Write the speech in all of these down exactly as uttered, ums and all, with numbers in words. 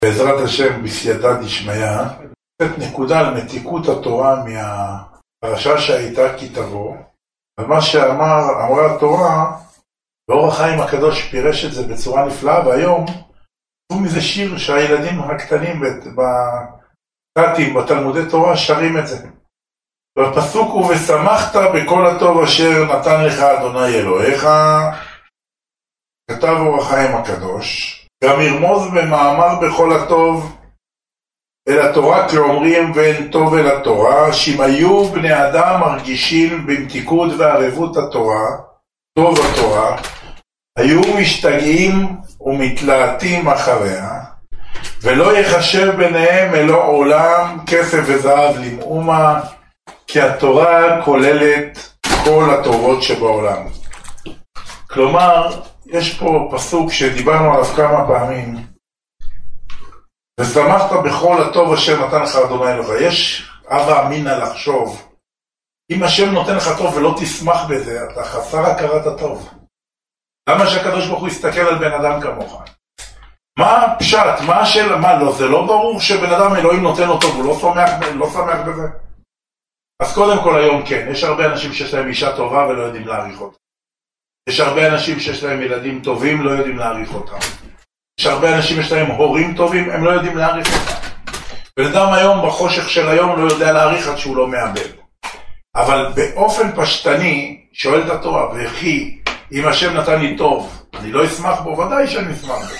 בעזרת השם בסייעתא דשמיא, קצת נקודה על מתיקות התורה מהפרשה שהייתה כי תבוא, על מה שאמר, אמרה התורה, באור החיים הקדוש פירש את זה בצורה נפלאה, והיום הוא מזה שיר שהילדים הקטנים בתתים, בתלמודי תורה, שרים את זה. והפסוק הוא, ושמחת בכל הטוב אשר נתן לך אדוני אלוהיך, כתב אור החיים הקדוש, גם ירמוז במאמר בכל הטוב אל התורה, כאומרים ואין טוב אל התורה, שאם היו בני אדם מרגישים במתיקות וערבות התורה, טוב התורה, היו משתגעים ומתלהטים אחריה, ולא יחשב ביניהם אלא עולם כסף וזהב למאומה, כי התורה כוללת כל הטובות שבעולם. כלומר, יש פה פסוק שדיברנו עליו כמה פעמים, ושמחת בכל הטוב אשר נתן לך אדוני אלוהיך. יש הווה אמינא לחשוב, אם השם נותן לך טוב ולא תשמח בזה, אתה חסר הכרת הטוב. למה שהקדוש ברוך הוא יסתכל על בן אדם כמוך? מה פשט? מה השאלה? מה לא? זה לא ברור שבן אדם אלוהים נותן לו טוב, הוא לא שמח, לא שמח בזה? אז קודם כל היום כן, יש הרבה אנשים שיש להם אישה טובה ולא יודעים להעריך אותה. יש הרבה אנשים שיש להם ילדים טובים, לא יודעים להעריך אותם. יש הרבה אנשים שיש להם הורים טובים, הם לא יודעים להעריך אותם. בן אדם היום בחושך של היום לא יודע להעריך עד שהוא לא מאבד. אבל באופן פשטני שואל את התורה, וכי אם השם נתן לי טוב, אני לא אשמח בו, ודאי שאני אשמח בו.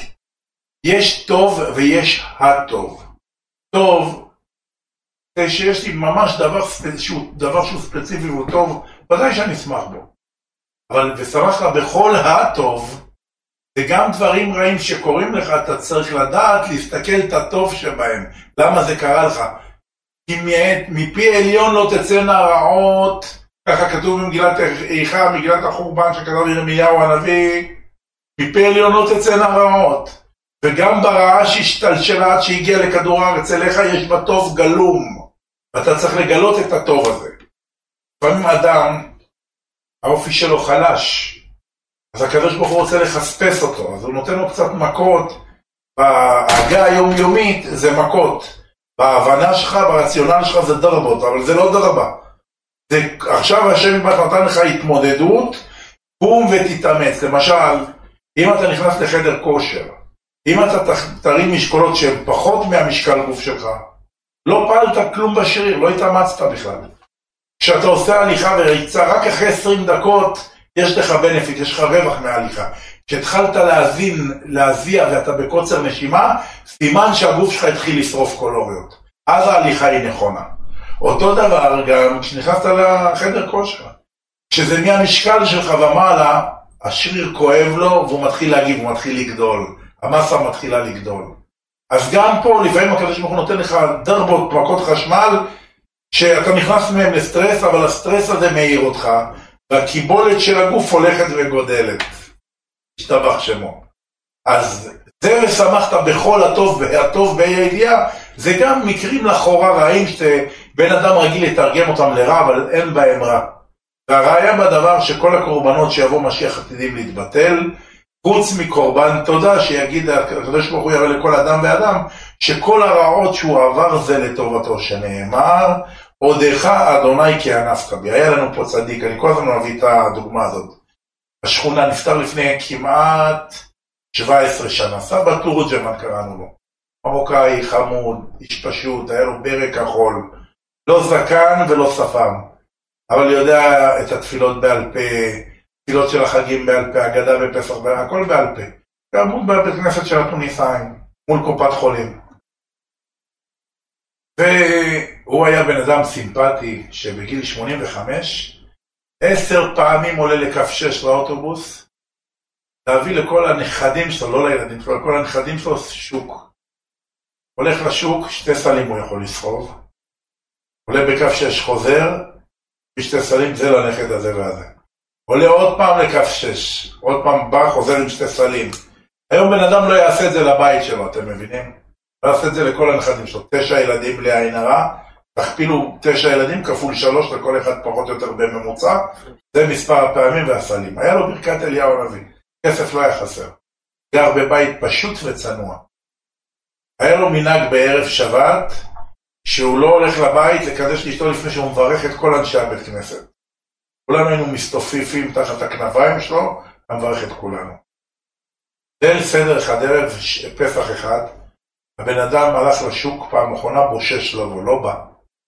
יש טוב ויש הטוב. טוב, זה שיש לי ממש דבר, שהוא, דבר שהוא ספציפי והוא טוב, ודאי שאני אשמח בו. אבל ושמח לה בכל הטוב, זה גם דברים רעים שקוראים לך, אתה צריך לדעת, להסתכל את הטוב שבהם. למה זה קרה לך? כי מפי עליון לא תצאנה רעות, ככה כתוב במגילת איכה, מגילת החורבן שכתב ירמיהו הנביא, מפי עליון לא תצאנה רעות. וגם ברעה שהשתלשלה עד שהגיעה לכדור הארץ אליך, יש בה טוב גלום, ואתה צריך לגלות את הטוב הזה. לפעמים אדם, האופי שלו חלש, אז הקדוש ברוך הוא רוצה לחספס אותו, אז הוא נותן לו קצת מכות. בהגה היומיומית זה מכות, בהבנה שלך, ברציונל שלך זה דרבות, אבל זה לא דרבה. זה, עכשיו השם נתן לך התמודדות, קום ותתאמץ. למשל, אם אתה נכנס לחדר כושר, אם אתה תרים משקולות שהן פחות מהמשקל גוף שלך, לא פעלת כלום בשריר, לא התאמצת בכלל. כשאתה עושה הליכה וריצה, רק אחרי עשרים דקות יש לך בנפיט, יש לך רווח מההליכה. כשהתחלת להזין, להזיע ואתה בקוצר נשימה, סימן שהגוף שלך התחיל לשרוף קולוריות. אז ההליכה היא נכונה. אותו דבר גם כשנכנסת לחדר כושר. כשזה מהמשקל שלך ומעלה, השריר כואב לו והוא מתחיל להגיב, הוא מתחיל לגדול. המסה מתחילה לגדול. אז גם פה לפעמים הקדוש ברוך הוא נותן לך דרבות, מכות חשמל, שאתה נכנס מהם לסטרס, אבל הסטרס הזה מאיר אותך, והקיבולת של הגוף הולכת וגודלת. השתבח שמו. אז זה ושמחת בכל הטוב, והטוב בידיעה, זה גם מקרים לכאורה רעים, שבן אדם רגיל לתרגם אותם לרע, אבל אין בהם רע. והראיה בדבר שכל הקורבנות שיבוא משיח עתידים להתבטל, חוץ מקורבן תודה, שיגיד הקדוש ברוך הוא יראה לכל אדם ואדם, שכל הרעות שהוא עבר זה לטובתו, שנאמר, עודך אדוני כי ענפת בי. היה לנו פה צדיק, אני כל הזמן מביא את הדוגמה הזאת. השכונה נפטר לפני כמעט שבע עשרה שנה, סבא תורג'מן קראנו לו. מרוקאי, חמוד, איש פשוט, היה לו ברק כחול, לא זקן ולא שפם, אבל יודע את התפילות בעל פה, תפילות של החגים בעל פה, אגדה בפסח, הכל בעל פה. גם בבית כנסת של התוניסאים, מול קופת חולים. והוא היה בן אדם סימפטי שבגיל שמונים וחמש, עשר פעמים עולה לכף שש לאוטובוס, להביא לכל הנכדים שלו, לא לילדים שלו, לכל הנכדים שלו שוק. הולך לשוק, שתי סלים הוא יכול לסחוב, עולה בכף שש, חוזר, בשתי סלים זה לנכד הזה והזה. עולה עוד פעם לכף שש, עוד פעם בא, חוזר עם שתי סלים. היום בן אדם לא יעשה את זה לבית שלו, אתם מבינים? לא יעשה את זה לכל הנכדים שלו. תשע ילדים בלי עין הרע, תכפילו תשע ילדים כפול שלוש, לכל אחד פחות או יותר בממוצע, זה מספר הפעמים והסלים. היה לו ברכת אליהו הנביא, כסף לא היה חסר. גר בבית פשוט וצנוע. היה לו מנהג בערב שבת, שהוא לא הולך לבית לקדש לאשתו לפני שהוא מברך את כל אנשי הבית כנסת. כולנו היינו מסתופפים תחת הכנפיים שלו, מברך את כולנו. ליל סדר אחד, ערב פסח אחד, הבן אדם הלך לשוק פעם אחרונה, בושש לבוא, לא בא.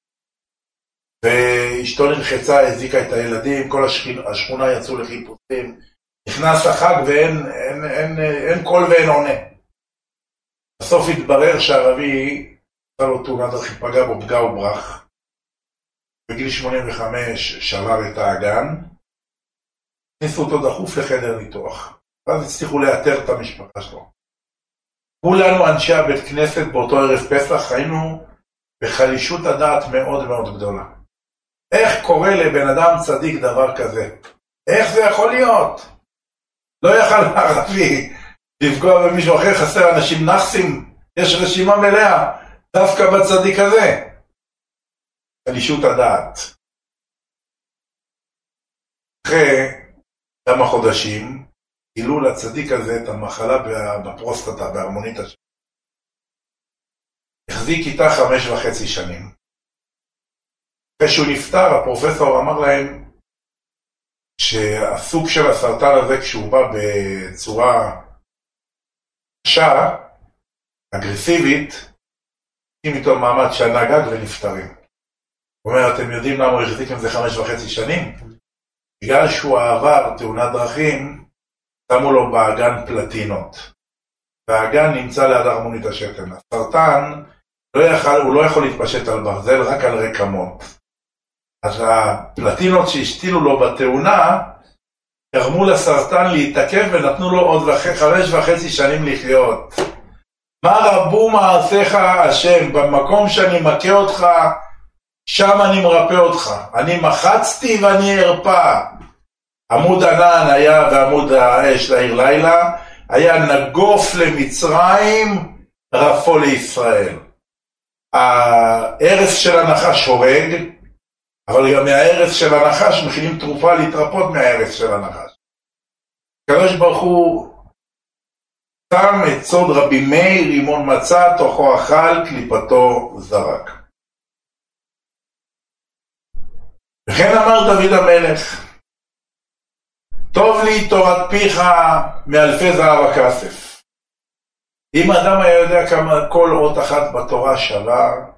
ואשתו נלחצה, הזיקה את הילדים, כל השכונה יצאו לחיפושים, נכנס החג ואין אין, אין, אין קול ואין עונה. בסוף התברר שהערבי, עשה לו תאונת דרכים, פגע בו פגע וברח. בגיל שמונים וחמש שבר את האגן, הכניסו אותו דחוף לחדר ניתוח, ואז הצליחו לאתר את המשפחה שלו. כולנו אנשי הבית כנסת באותו ערב פסח היינו בחלישות הדעת מאוד מאוד גדולה. איך קורה לבן אדם צדיק דבר כזה? איך זה יכול להיות? לא יכל הערבי לפגוע במישהו אחר, חסר אנשים נחסים, יש רשימה מלאה, דווקא בצדיק הזה. חלישות הדעת. אחרי כמה חודשים, גילו לצדיק הזה את המחלה בפרוסטטה, בהרמונית השם. החזיק איתה חמש וחצי שנים. אחרי שהוא נפטר, הפרופסור אמר להם שהסוג של הסרטן הזה, כשהוא בא בצורה קשה, אגרסיבית, עם איתו מעמד שנה גג ונפטרים. הוא אומר, אתם יודעים למה הוא החזיק עם זה חמש וחצי שנים? בגלל שהוא עבר תאונת דרכים, שמו לו באגן פלטינות. והאגן נמצא ליד הרמונית השתן. הסרטן, לא יכול, הוא לא יכול להתפשט על ברזל, רק על רקמות. אז הפלטינות שהשתילו לו בתאונה, גרמו לסרטן להתעכב ונתנו לו עוד חמש וחצי שנים לחיות. מה רבו מעשיך השם, במקום שאני מכה אותך, שם אני מרפא אותך. אני מחצתי ואני ארפא. עמוד ענן היה ועמוד האש לעיר לילה, היה נגוף למצרים, רפו לישראל. הארץ של הנחש הורג, אבל גם מהארץ של הנחש מכינים תרופה להתרפות מהארץ של הנחש. הקדוש ברוך הוא שם את סוד רבי מאיר, רימון מצא, תוכו אכל, קליפתו זרק. וכן אמר דוד המלך, טוב לי תורת פיך מאלפי זהב הכסף. אם אדם היה יודע כמה כל אות אחת בתורה שווה,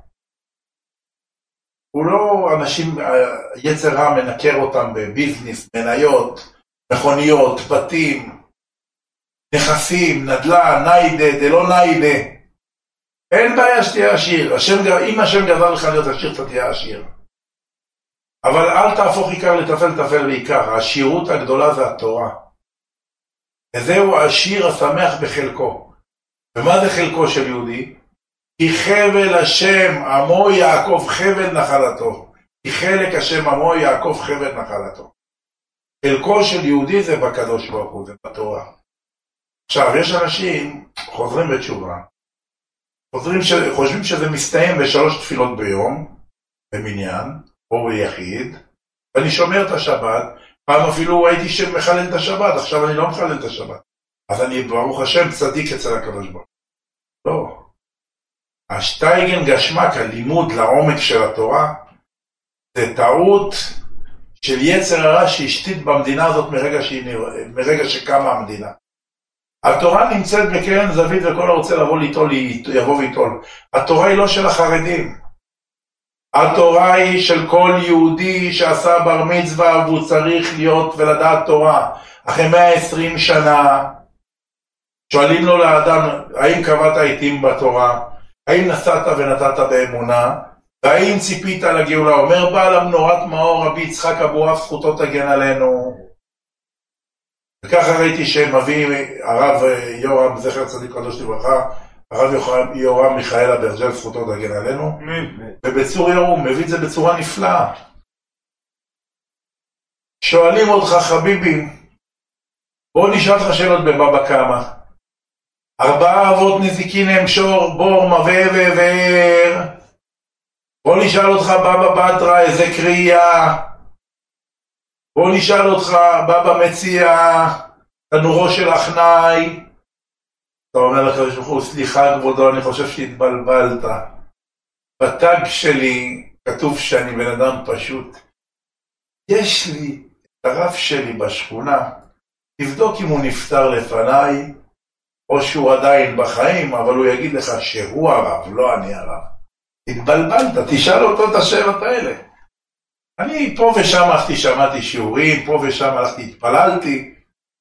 הוא לא, אנשים, יצר רע מנקר אותם בביזנס, מניות, מכוניות, בתים, נכסים, נדל"ן, ניידה, דלא ניידה. אין בעיה שתהיה עשיר. השם, אם השם גזר לך להיות עשיר, אתה תהיה עשיר. אבל אל תהפוך עיקר לטפל, טפל לעיקר. העשירות הגדולה זה התורה. וזהו העשיר השמח בחלקו. ומה זה חלקו של יהודי? כי חבל השם עמו יעקב חבל נחלתו. כי חלק השם עמו יעקב חבל נחלתו. חלקו של יהודי זה בקדוש ברוך הוא, זה בתורה. עכשיו, יש אנשים חוזרים בתשובה, חוזרים ש... חושבים שזה מסתיים בשלוש תפילות ביום, במניין, או ביחיד, ואני שומר את השבת, פעם אפילו הייתי שמחלל את השבת, עכשיו אני לא מחלל את השבת. אז אני, ברוך השם, צדיק אצל הקדוש ברוך הוא. לא. השטייגן גשמק, הלימוד לעומק של התורה, זה טעות של יצר הרע שהשתית במדינה הזאת מרגע, שהיא, מרגע שקמה המדינה. התורה נמצאת בקרן זווית וכל הרוצה לבוא ליטול, יבוא ויטול. התורה היא לא של החרדים. התורה היא של כל יהודי שעשה בר מצווה והוא צריך להיות ולדעת תורה. אחרי מאה ועשרים שנה, שואלים לו לאדם, האם קבעת עיתים בתורה? האם נסעת ונתת באמונה? והאם ציפית לגאולה? אומר בעל המנורת מאור רבי יצחק אבוהב זכותו תגן עלינו. וככה ראיתי שמביא הרב יורם זכר צדיק קדוש לברכה, הרב יורם מיכאל אברג'ל זכותו תגן עלינו, ובצור ירום מביא את זה בצורה נפלאה. שואלים אותך חביבי, בוא נשאל אותך שאלות בבבא קמא. ארבעה אבות נזיקין הם שור, בור, מווה ובאר. בוא נשאל אותך בבא בתרא איזה קריאה. בוא נשאל אותך בבא מציע תנורו של אחנאי. אתה אומר לקדוש ברוך הוא, סליחה כבודו, אני חושב שהתבלבלת. בתג שלי כתוב שאני בן אדם פשוט. יש לי את הרב שלי בשכונה, תבדוק אם הוא נפטר לפניי, או שהוא עדיין בחיים, אבל הוא יגיד לך שהוא הרב, לא אני הרב. התבלבלת, תשאל אותו את השאלות האלה. אני פה ושם הלכתי, שמעתי שיעורים, פה ושם הלכתי, התפללתי.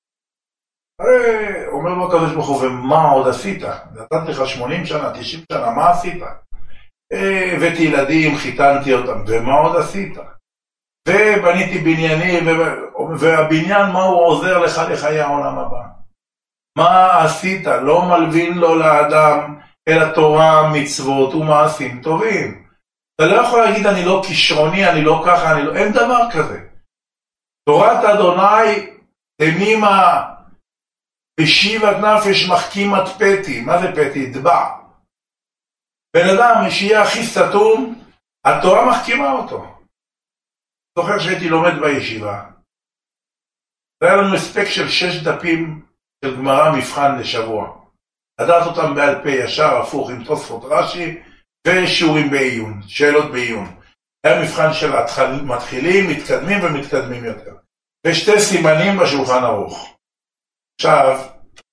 הרי אומר לו הקדוש ברוך הוא, ומה עוד עשית? נתתי לך שמונים שנה, תשעים שנה, מה עשית? הבאתי ילדים, חיתנתי אותם, ומה עוד עשית? ובניתי בניינים, והבניין מה הוא עוזר לך לחיי העולם הבא? מה עשית? לא מלבין לו לאדם, אלא תורה, מצוות ומעשים טובים. אתה לא יכול להגיד אני לא כישרוני, אני לא ככה, אני לא... אין דבר כזה. תורת אדוני תמימה בשיבת נפש מחכימת פתי. מה זה פתי? דבע. בן אדם שיהיה הכי סתום, התורה מחכימה אותו. זוכר שהייתי לומד בישיבה. היה לנו הספק של שש דפים של גמרא מבחן לשבוע. לדעת אותם בעל פה ישר, הפוך, עם תוספות רש"י, ושיעורים בעיון, שאלות בעיון. היה מבחן של מתחילים, מתקדמים ומתקדמים יותר. ושתי סימנים בשולחן ערוך. עכשיו,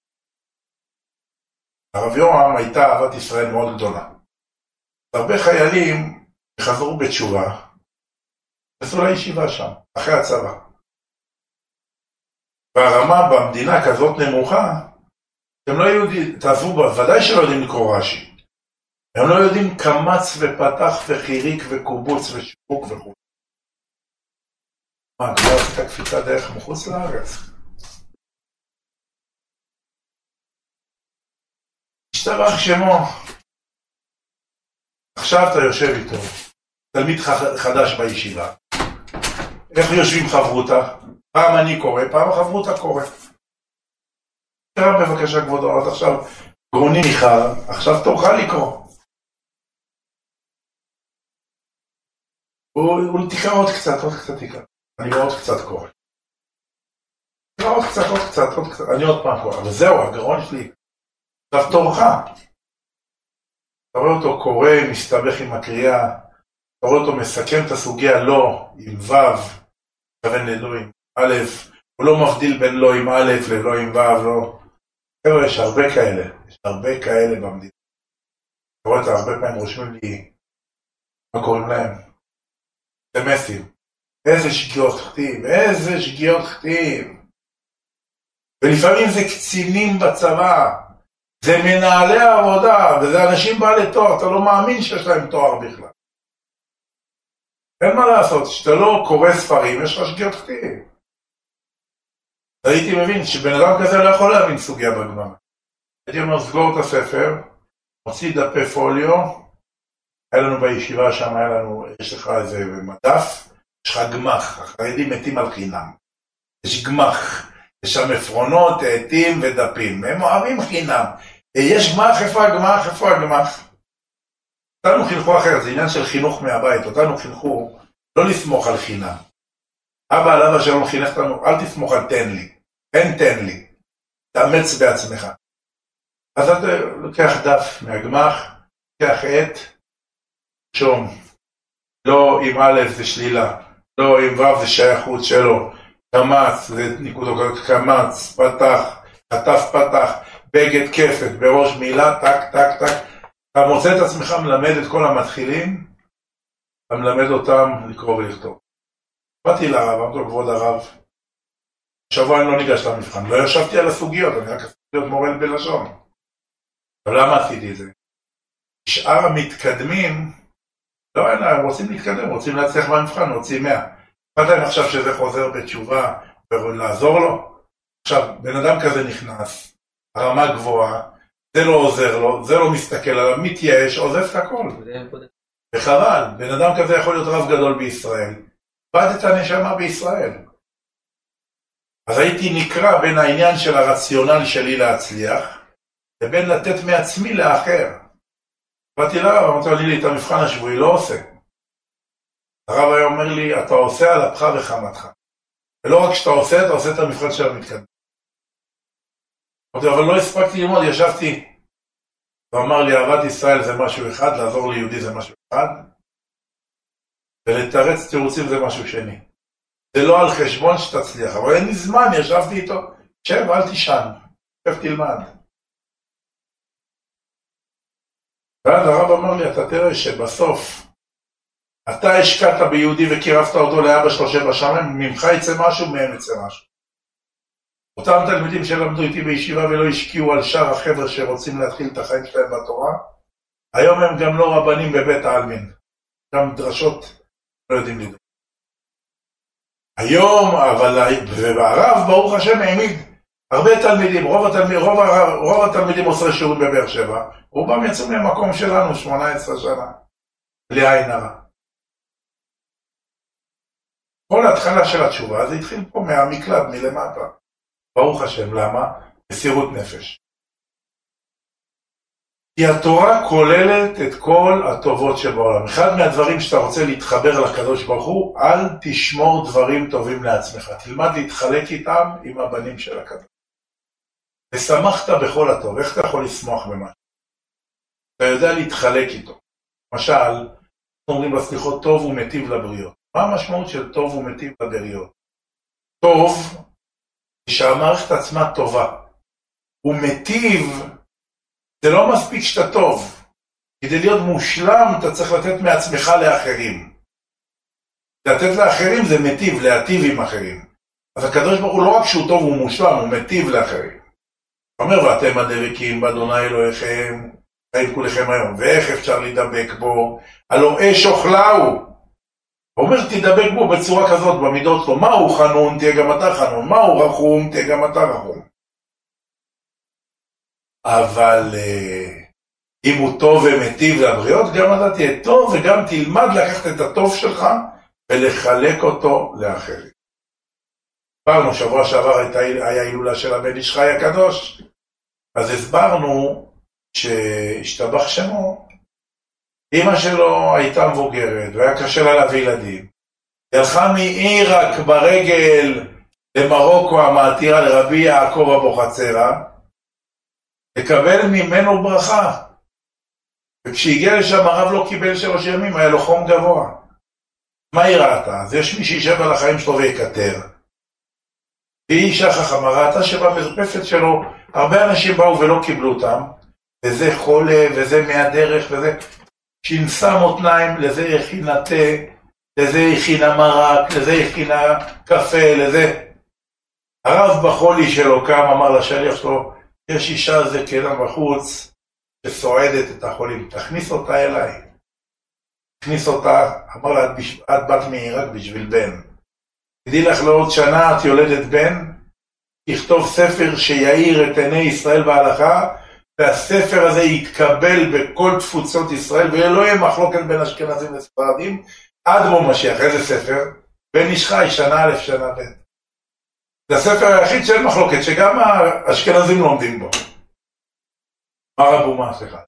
הרב יורם הייתה אהבת ישראל מאוד גדולה. הרבה חיילים חזרו בתשובה, עשו לישיבה שם, אחרי הצבא. והרמה במדינה כזאת נמוכה, הם לא יודעים, תעזבו בה, ודאי שלא יודעים לקרוא רש"י. הם לא יודעים קמץ ופתח וחיריק וקובוץ ושיפוק וכו'. מה, כבר עשית קפיצה דרך מחוץ לארץ? השתבח שמו. עכשיו אתה יושב איתו, תלמיד חדש בישיבה. איך יושבים חברותה? פעם אני קורא, פעם החברותה קורא. תראה בבקשה כבודו, עד עכשיו גרוני ניחר, עכשיו תורך לקרוא. הוא תקרא עוד קצת, עוד קצת תקרא. אני עוד קצת קורא. תקרא עוד קצת, עוד קצת, עוד קצת. אני עוד פעם קורא, אבל זהו, הגרון שלי. עכשיו תורך. אתה רואה אותו קורא, מסתבך עם הקריאה. אתה רואה אותו מסכם את הסוגיה לא עם ו', כוון ללא עם א', הוא לא מבדיל בין לא עם א' ללא עם ו', לא. חבר'ה, יש הרבה כאלה, יש הרבה כאלה במדינה. אתה רואה, אתה הרבה פעמים רושמים לי, מה קוראים להם? סמסים. איזה שגיאות כתיב, איזה שגיאות כתיב. ולפעמים זה קצינים בצבא, זה מנהלי העבודה, וזה אנשים בעלי תואר, אתה לא מאמין שיש להם תואר בכלל. אין מה לעשות, שאתה לא קורא ספרים, יש לך שגיאות כתיב. הייתי מבין שבן אדם כזה לא יכול להבין סוגיה בגמרא. הייתי אומר, סגור את הספר, מוציא דפי פוליו, היה לנו בישיבה שם, היה לנו, יש לך איזה מדף, יש לך גמח, החרדים מתים על חינם. יש גמח, יש שם עפרונות, עטים ודפים, הם אוהבים חינם. יש גמח, איפה הגמח, איפה הגמח? אותנו חינכו אחרת, זה עניין של חינוך מהבית, אותנו חינכו לא לסמוך על חינם. אבא עליו השלום חינך אותנו, אל תסמוך על תן לי, אין תן לי, תאמץ בעצמך. אז אתה לוקח דף מהגמח, לוקח עט, שום, לא עם א' זה שלילה, לא עם ו' זה שייכות שלו, קמץ, זה נקודו קמץ, פתח, חטף פתח, בגד כפת, בראש מילה, טק, טק, טק. אתה מוצא את עצמך מלמד את כל המתחילים, אתה מלמד אותם לקרוא ולכתוב. באתי לרב, אמרתי לו, כבוד הרב, שבוע אני לא ניגש למבחן, לא ישבתי על הסוגיות, אני רק עשיתי להיות מורה בלשון. אבל למה עשיתי את זה? שאר המתקדמים, לא, הם רוצים להתקדם, רוצים להצליח במבחן, רוצים מאה. אמרתי להם עכשיו שזה חוזר בתשובה, ולעזור לו. עכשיו, בן אדם כזה נכנס, הרמה גבוהה, זה לא עוזר לו, זה לא מסתכל עליו, מתייאש, עוזב את הכל. וחבל, בן אדם כזה יכול להיות רב גדול בישראל. באת את הנשמה בישראל. אז הייתי נקרא בין העניין של הרציונל שלי להצליח, לבין לתת מעצמי לאחר. באתי לרב, אמרתי לו, לי את המבחן השבועי לא עושה. הרב היה אומר לי, אתה עושה על אפך וחמתך. ולא רק שאתה עושה, אתה עושה את המבחן של המתקדם. אבל לא הספקתי ללמוד, ישבתי, ואמר לי, אהבת ישראל זה משהו אחד, לעזור ליהודי זה משהו אחד, ולתרץ תירוצים זה משהו שני. זה לא על חשבון שתצליח, אבל אין לי זמן, ישבתי איתו, שב, אל תישן, שב תלמד. ואז הרב אמר לי, אתה תראה שבסוף, אתה השקעת ביהודי וקירבת אותו לאבא שלו שבשמיים, ממך יצא משהו, מהם יצא משהו. אותם תלמידים שלמדו איתי בישיבה ולא השקיעו על שאר החבר'ה שרוצים להתחיל את החיים שלהם בתורה, היום הם גם לא רבנים בבית העלמין, גם דרשות לא יודעים לדעת. היום, אבל הרב ברוך השם העמיד הרבה תלמידים, רוב התלמידים, רוב, רוב התלמידים עושה שיעורים בבאר שבע, רובם יצאו למקום שלנו שמונה עשרה שנה, בלי עין הרע. כל ההתחלה של התשובה, זה התחיל פה מהמקלט, מלמטה. ברוך השם, למה? מסירות נפש. כי התורה כוללת את כל הטובות שבעולם. אחד מהדברים שאתה רוצה להתחבר לקדוש ברוך הוא, אל תשמור דברים טובים לעצמך. תלמד להתחלק איתם עם הבנים של הקדוש. ושמחת בכל הטוב. איך אתה יכול לשמוח במשהו? אתה יודע להתחלק איתו. למשל, אומרים בסליחות טוב ומטיב לבריות. מה המשמעות של טוב ומטיב לבריות? טוב, שהמערכת עצמה טובה. ומטיב, זה לא מספיק שאתה טוב. כדי להיות מושלם, אתה צריך לתת מעצמך לאחרים. לתת לאחרים זה מטיב, להטיב עם אחרים. אז הקדוש ברוך הוא לא רק שהוא טוב, הוא מושלם, הוא מטיב לאחרים. הוא אומר, ואתם הדבקים באדוני אלוהיכם, חיים כולכם היום, ואיך אפשר להידבק בו? הלא אש אוכלהו. הוא אומר, תדבק בו בצורה כזאת, במידות לו, מה הוא חנון, תהיה גם אתה חנון, מה הוא רחום, תהיה גם אתה רחום. אבל אם הוא טוב ומטיב לבריות, גם אתה תהיה טוב, וגם תלמד לקחת את הטוב שלך, ולחלק אותו לאחרים. הסברנו, שבוע שעבר היה הילולה של הבן איש חי הקדוש, אז הסברנו שהשתבח שמו, אמא שלו הייתה מבוגרת, והיה קשה לה להביא ילדים. היא הלכה מעיראק ברגל למרוקו המעתירה לרבי יעקב אבוחצירא, לקבל ממנו ברכה. וכשהגיע לשם הרב לא קיבל שלוש ימים, היה לו חום גבוה. מה היא ראתה? אז יש מי שישב על החיים שלו ויקטר. והיא אישה חכמה, ראתה שבמרפסת שלו הרבה אנשים באו ולא קיבלו אותם, וזה חולה, וזה מהדרך, וזה... שינסה מותניים, לזה הכינה תה, לזה הכינה מרק, לזה הכינה קפה, לזה. הרב בחולי שלו קם, אמר לשליח שלו, יש אישה זקנה בחוץ שסועדת את החולים, תכניס אותה אליי. תכניס אותה, אמר לה, את בת מעיראק בשביל בן. תדעי לך לעוד שנה את יולדת בן, תכתוב ספר שיעיר את עיני ישראל בהלכה, והספר הזה יתקבל בכל תפוצות ישראל, ולא יהיה מחלוקת בין אשכנזים לספרדים, עד בוא משיח. איזה ספר? בן איש חי, שנה א', שנה ב'. זה הספר היחיד שאין מחלוקת, שגם האשכנזים לומדים בו. מה רבו מה סליחה?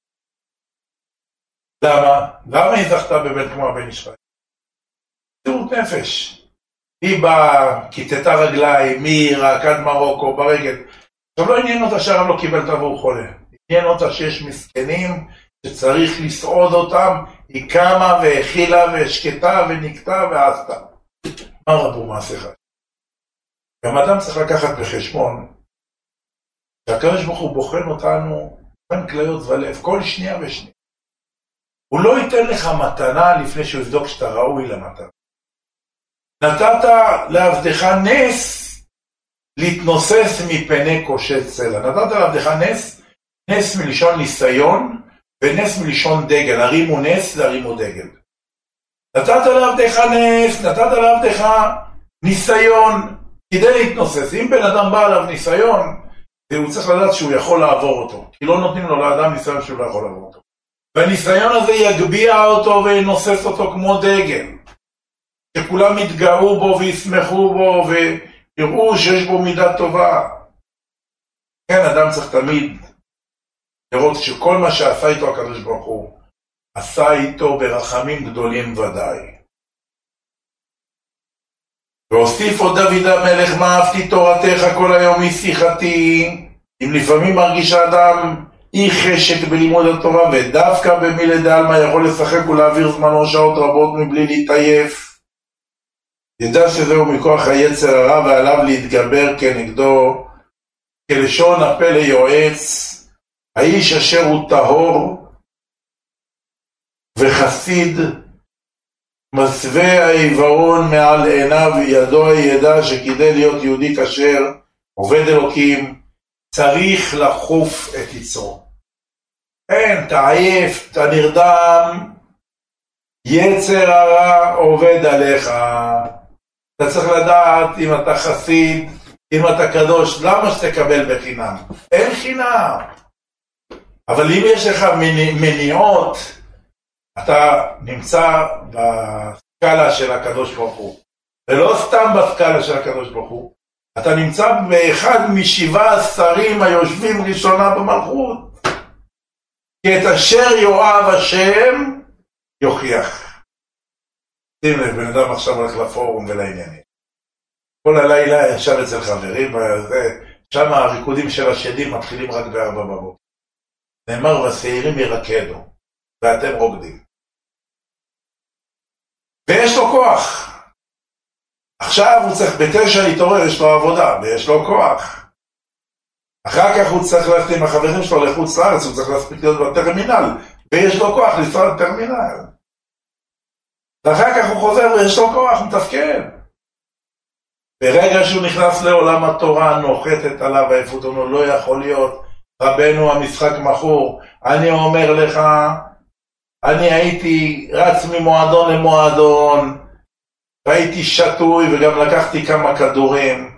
למה? למה היא זכתה בבן כמו הבן איש חי? מסירות נפש. היא באה, כיתתה רגליים, מעיראק עד מרוקו, ברגל. עכשיו לא עניין אותה שהרב לא קיבל אותה והוא חולה. עניין אותה שיש מסכנים שצריך לסעוד אותם, היא קמה והכילה והשקטה ונקטה ועשתה. מה רבו מעשיך? גם אדם צריך לקחת בחשבון שהקדוש ברוך הוא בוחן אותנו בין כליות ולב כל שנייה ושנייה. הוא לא ייתן לך מתנה לפני שהוא יבדוק שאתה ראוי למתנה. נתת לעבדך נס להתנוסס מפני כושל צלע. נתת לעבדך נס, נס מלשון ניסיון ונס מלשון דגל. הרימו נס והרימו דגל. נתת לעבדך נס, נתת לעבדך ניסיון כדי להתנוסס. אם בן אדם בא עליו ניסיון, הוא צריך לדעת שהוא יכול לעבור אותו, כי לא נותנים לו לאדם ניסיון שהוא לא יכול לעבור אותו. והניסיון הזה יגביע אותו וינוסס אותו כמו דגל, שכולם יתגאו בו וישמחו בו ויראו שיש בו מידה טובה. כן, אדם צריך תמיד לראות שכל מה שעשה איתו הקדוש ברוך הוא עשה איתו ברחמים גדולים ודאי. והוסיף עוד דוד המלך, מה אהבתי תורתך כל היום משיחתי, אם לפעמים מרגיש האדם אי חשק בלימוד התורה, ודווקא במילי דעלמא יכול לשחק ולהעביר זמנו שעות רבות מבלי להתעייף, ידע שזהו מכוח היצר הרע ועליו להתגבר כנגדו, כלשון הפה ליועץ, האיש אשר הוא טהור וחסיד, מסווה העיוורון מעל עיניו, ידוע ידע שכדי להיות יהודי כשר, עובד אלוקים, צריך לחוף את יצרו. אין, תעייף, אתה נרדם, יצר הרע עובד עליך. אתה צריך לדעת אם אתה חסיד, אם אתה קדוש, למה שתקבל בחינם? אין חינם. אבל אם יש לך מניעות, אתה נמצא בסקאלה של הקדוש ברוך הוא. ולא סתם בסקאלה של הקדוש ברוך הוא. אתה נמצא באחד משבעה שרים היושבים ראשונה במלכות. כי את אשר יאהב השם יוכיח. שים לב, בן אדם עכשיו הולך לפורום ולעניינים. כל הלילה ישב אצל חברים, שם הריקודים של השדים מתחילים רק בארבע בבוקר. נאמר, והשעירים ירקדו, ואתם רוקדים. ויש לו כוח. עכשיו הוא צריך בתשע להתעורר, יש לו עבודה, ויש לו כוח. אחר כך הוא צריך ללכת עם החברים שלו לחוץ לארץ, הוא צריך להספיק להיות בטרמינל, ויש לו כוח לנסוע לטרמינל. ואחר כך הוא חוזר ויש לו כוח, הוא מתפקד. ברגע שהוא נכנס לעולם התורה, נוחתת עליו העייפות, הוא לא יכול להיות, רבנו המשחק מכור, אני אומר לך, אני הייתי רץ ממועדון למועדון, והייתי שטוי וגם לקחתי כמה כדורים,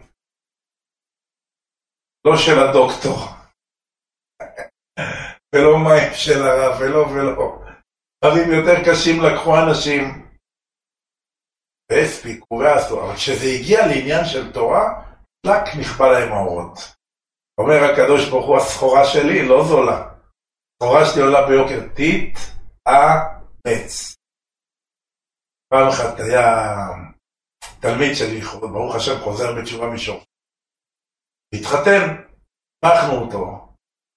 לא של הדוקטור, ולא מים של הרב, ולא ולא. דברים יותר קשים לקחו אנשים, והספיקו ועשו, אבל כשזה הגיע לעניין של תורה, רק נכפה להם האורות. אומר הקדוש ברוך הוא, הסחורה שלי לא זולה. הסחורה שלי עולה ביוקר, תתאמץ. פעם אחת היה תלמיד שלי, ברוך השם, חוזר בתשובה משור. התחתן, אנחנו אותו.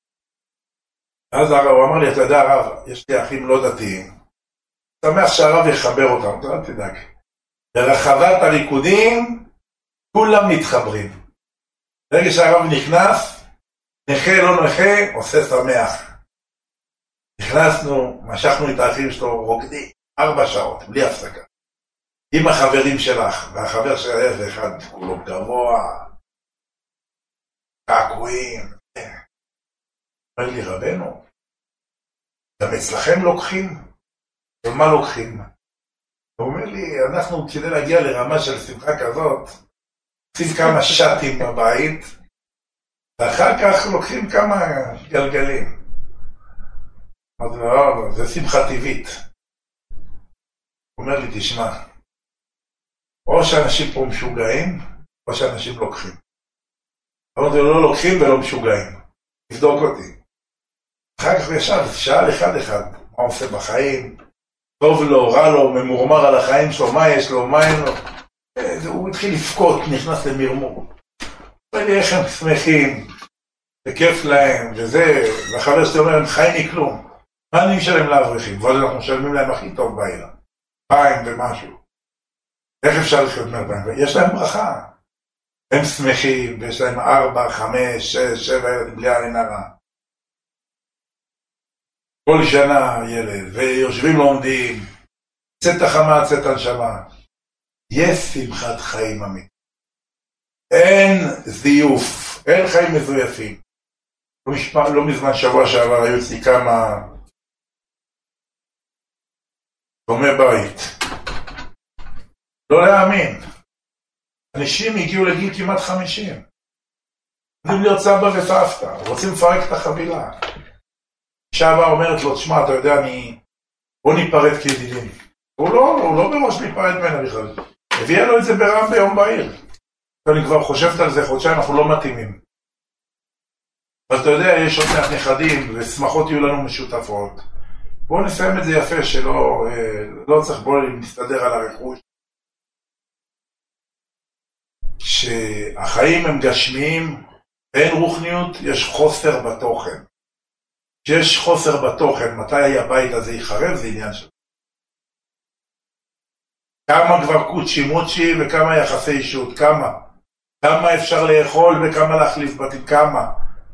אז הוא אמר לי, אתה יודע הרב, יש לי אחים לא דתיים. שמח שהרב יחבר אותם, אתה לא תדאג. ברחבת הריקודים, כולם מתחברים. ברגע שהרב נכנס, נכה לא נכה, עושה שמח. נכנסנו, משכנו את האחים שלו, רוקדים, ארבע שעות, בלי הפסקה. עם החברים שלך, והחבר שהיה זה אחד, כולו גבוה, קעקועים. אומר לי, רבנו, גם אצלכם לוקחים? ומה לוקחים? הוא אומר לי, אנחנו כדי להגיע לרמה של שמחה כזאת, עושים כמה שטים בבית, ואחר כך לוקחים כמה גלגלים. אז לא, זה שמחה טבעית. הוא אומר לי, תשמע, או שאנשים פה משוגעים, או שאנשים לוקחים. אמרתי לו, לא לוקחים ולא משוגעים. תבדוק אותי. אחר כך ישב, שאל אחד אחד, מה עושה בחיים, טוב לו, רע לו, ממורמר על החיים שלו, מה יש לו, מה אין לו. הוא התחיל לפקוט, נכנס למרמור. אומר לי, איך הם שמחים, וכיף להם, וזה, והחבר שלי אומר, הם חיים מכלום. מה אני משלם לאברכים? ועוד אנחנו משלמים להם הכי טוב בעילה. מים ומשהו. איך אפשר לחיות מרביים? יש להם ברכה. הם שמחים, ויש להם ארבע, חמש, שש, שבע ילדים, בלי עין הרע. כל שנה ילד, ויושבים לומדים, צאת החמה, צאת הנשמה. יש שמחת חיים אמיתית. אין זיוף, אין חיים מזויפים. לא, משפע, לא מזמן שבוע שעבר היו אצלי כמה תומי בית. לא להאמין. אנשים הגיעו לגיל כמעט חמישים. רוצים להיות סבא וסבתא, רוצים לפרק את החבילה. אישה אומרת לו, תשמע, אתה יודע, אני... בוא ניפרד כידידים. הוא לא, הוא לא בראש ניפרד ממנה בכלל. הביאה לו את זה ברם ביום בהיר. אני כבר חושבת על זה חודשיים, אנחנו לא מתאימים. אבל אתה יודע, יש עוד מעט נכדים, ושמחות יהיו לנו משותפות. בואו נסיים את זה יפה, שלא לא צריך בוא נסתדר על הרכוש. שהחיים הם גשמיים, ואין רוחניות, יש חוסר בתוכן. כשיש חוסר בתוכן, מתי הבית הזה ייחרב, זה עניין שלו. כמה כבר קוצ'י מוצ'י וכמה יחסי אישות, כמה? כמה אפשר לאכול וכמה להחליף בתים, כמה?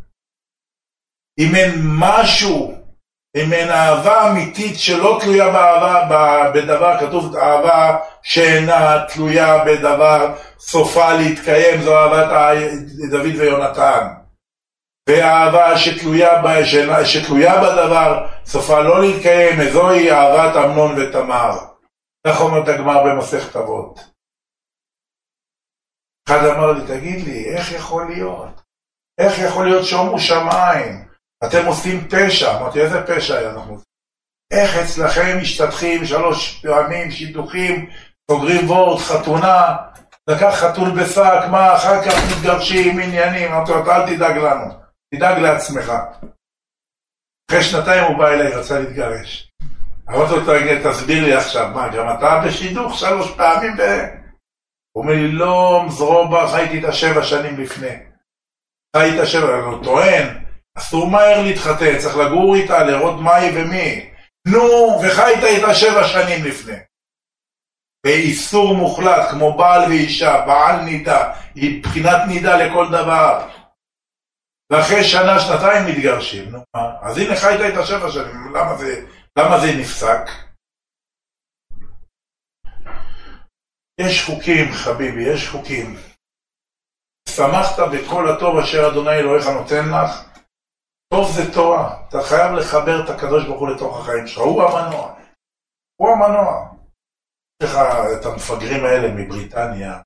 אם אין משהו, אם אין אהבה אמיתית שלא תלויה באהבה, בדבר, כתוב אהבה שאינה תלויה בדבר, סופה להתקיים, זו אהבת דוד ויונתן. והאהבה שתלויה, בה, שתלויה בדבר, סופה לא להתקיים, זוהי אהבת אמנון ותמר. כך אומרת הגמרא במסכת אבות. אחד אמר לי, תגיד לי, איך יכול להיות? איך יכול להיות שומו שמיים? אתם עושים פשע. אמרתי, איזה פשע אנחנו עושים? איך אצלכם משתתחים שלוש פעמים, שידוכים, סוגרים וורד, חתונה, לקח חתול בשק, מה, אחר כך מתגרשים, עניינים. אמרתי, אל תדאג לנו, תדאג לעצמך. אחרי שנתיים הוא בא אליי, רצה להתגרש. אמרתי לו, תסביר לי עכשיו, מה, גם אתה בשידוך שלוש פעמים ב... הוא אומר לי, לא, מזרובה, חייתי את השבע שנים לפני. חייתי את השבע, הוא טוען, אסור מהר להתחתן, צריך לגור איתה, לראות מה היא ומי. נו, וחיית את השבע שנים לפני. באיסור מוחלט, כמו בעל ואישה, בעל נידה, היא בחינת נידה לכל דבר. ואחרי שנה, שנתיים מתגרשים, נו מה? אז הנה חיית את השבע שנים, למה זה, למה זה נפסק? יש חוקים, חביבי, יש חוקים. שמחת בכל הטוב אשר אדוני אלוהיך נותן לך, טוב זה תורה, אתה חייב לחבר את הקדוש ברוך הוא לתוך החיים שלך, הוא המנוע, הוא המנוע. יש לך את המפגרים האלה מבריטניה,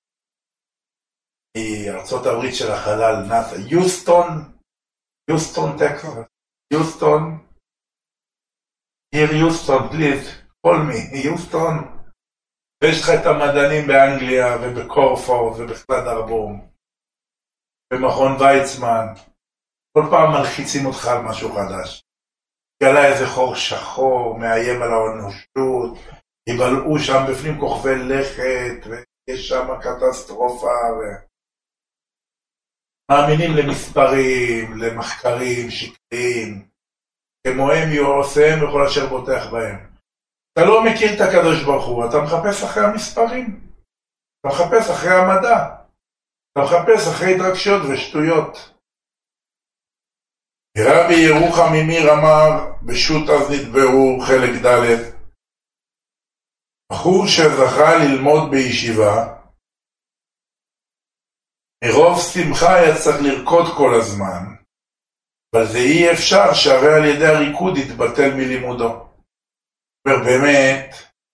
מארצות הברית של החלל, נאסא, יוסטון, יוסטון טקסס, יוסטון, here יוסטון, please, call me, יוסטון, ויש לך את המדענים באנגליה ובקורפורד ובכלל דרבום, במכון ויצמן, כל פעם מלחיצים אותך על משהו חדש. גלה איזה חור שחור, מאיים על האנושות, יבלעו שם בפנים כוכבי לכת, ויש שם קטסטרופה. ו... מאמינים למספרים, למחקרים, שקריים, כמוהם יועשיהם וכל אשר בוטח בהם. אתה לא מכיר את הקדוש ברוך הוא, אתה מחפש אחרי המספרים, אתה מחפש אחרי המדע, אתה מחפש אחרי התרגשויות ושטויות. רבי ירוחם ממיר אמר, בשו"ת אז נתבעו חלק ד', בחור שזכה ללמוד בישיבה, מרוב שמחה היה צריך לרקוד כל הזמן, אבל זה אי אפשר שהרי על ידי הריקוד יתבטל מלימודו. אומר, באמת,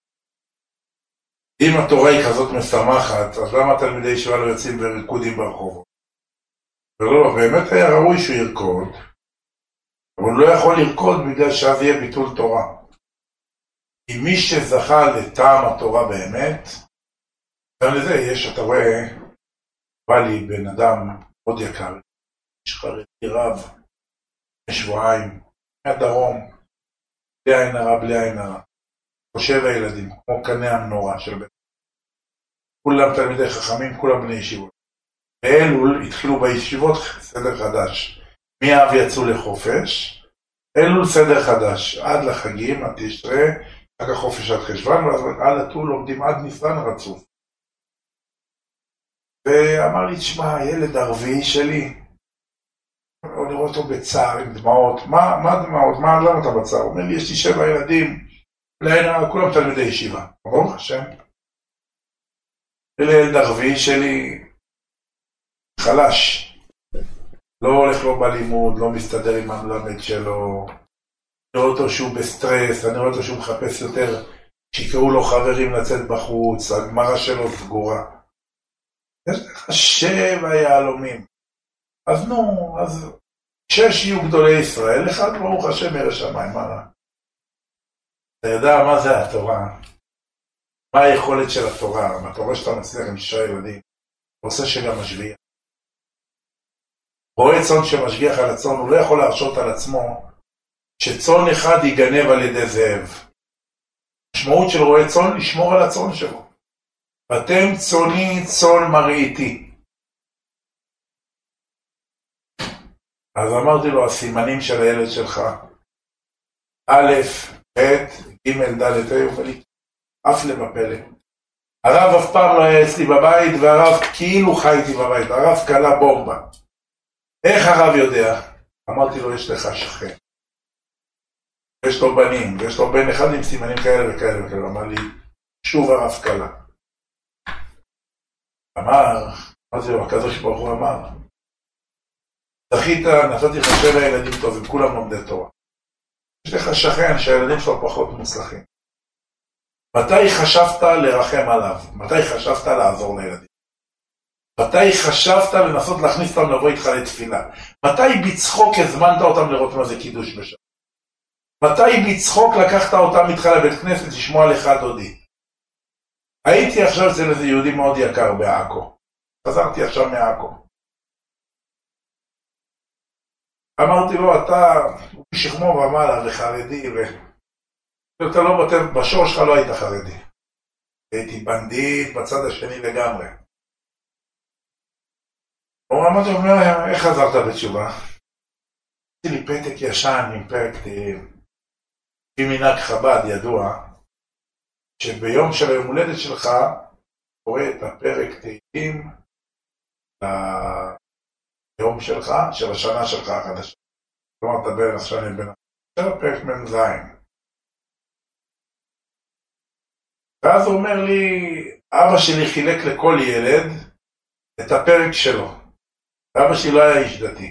אם התורה היא כזאת משמחת, אז למה תלמידי ישיבה לא יוצאים בריקודים ברחובות? ולא, באמת היה ראוי שהוא ירקוד, אבל הוא לא יכול לרקוד בגלל שאז יהיה ביטול תורה. כי מי שזכה לטעם התורה באמת, גם לזה יש, אתה רואה, בא לי בן אדם מאוד יקר, איש חרדי רב, שבועיים, מהדרום, בלי עין הרע, בלי עין הרע. חושב הילדים, כמו קנה המנורה של בית. כולם תלמידי חכמים, כולם בני ישיבות. באלול התחילו בישיבות סדר חדש. מאב יצאו לחופש, אלול סדר חדש, עד לחגים, עד תשרה, רק החופש עד חשבן, ואז עד הטול לומדים עד ניסן רצוף. ואמר לי, תשמע, הילד הרביעי שלי, אני רואה אותו בצער עם דמעות, מה, מה דמעות, מה, למה אתה בצער? הוא אומר לי, יש לי שבע ילדים, להנה, כולם תלמידי ישיבה, ברוך השם. הילד הרביעי שלי, חלש. לא הולך לו בלימוד, לא מסתדר עם המלמד שלו, אני רואה אותו שהוא בסטרס, אני רואה אותו שהוא מחפש יותר, שיקראו לו חברים לצאת בחוץ, הגמרא שלו סגורה. יש לך שבע יהלומים. אז נו, אז שש יהיו גדולי ישראל, אחד ברוך השם ירא שמיים, מה רע? אתה יודע מה זה התורה? מה היכולת של התורה? אתה רואה שאתה מצליח עם שישה ילדים, אתה עושה שגם משביע. רואה צאן שמשגיח על הצאן, הוא לא יכול להרשות על עצמו שצאן אחד ייגנב על ידי זאב. המשמעות של רואה צאן, לשמור על הצאן שלו. אתם צאני צאן מרעיתי. אז אמרתי לו, הסימנים של הילד שלך, א', ב', ג', ד', ה', ובלי, אף לבפלא. הרב אף פעם לא היה אצלי בבית, והרב כאילו חייתי בבית, הרב קלה בומבה. איך הרב יודע? אמרתי לו, יש לך שכן. יש לו בנים, ויש לו בן אחד עם סימנים כאלה וכאלה וכאלה. אמר לי, שוב הרב קלה. אמר, אמרתי לו, הקדוש ברוך הוא אמר, זכית, נתתי לך שבע ילדים טובים, כולם לומדי תורה. יש לך שכן שהילדים שלו פחות מוצלחים. מתי חשבת לרחם עליו? מתי חשבת לעזור לילדים? מתי חשבת לנסות להכניס אותם לבוא איתך לתפילה? מתי בצחוק הזמנת אותם לראות מה זה קידוש בשבת? מתי בצחוק לקחת אותם איתך לבית כנסת לשמוע לך דודי? הייתי עכשיו אצל איזה יהודי מאוד יקר בעכו. חזרתי עכשיו מעכו. אמרתי לו, אתה שכמו ומעלה וחרדי, ואתה לא בטב, בשור שלך לא היית חרדי. הייתי בנדיט בצד השני לגמרי. הוא אמרתי לו, איך חזרת בתשובה? עשיתי לי פתק ישן עם פרק תהילים. לפי מנהג חב"ד ידוע, שביום של היום הולדת שלך, קורא את הפרק תהילים ליום שלך, של השנה שלך החדשה. כלומר, אתה בין השנים בין השנה, פרק ממזיים. ואז הוא אומר לי, אבא שלי חילק לכל ילד את הפרק שלו. ואבא שלי לא היה איש דתי.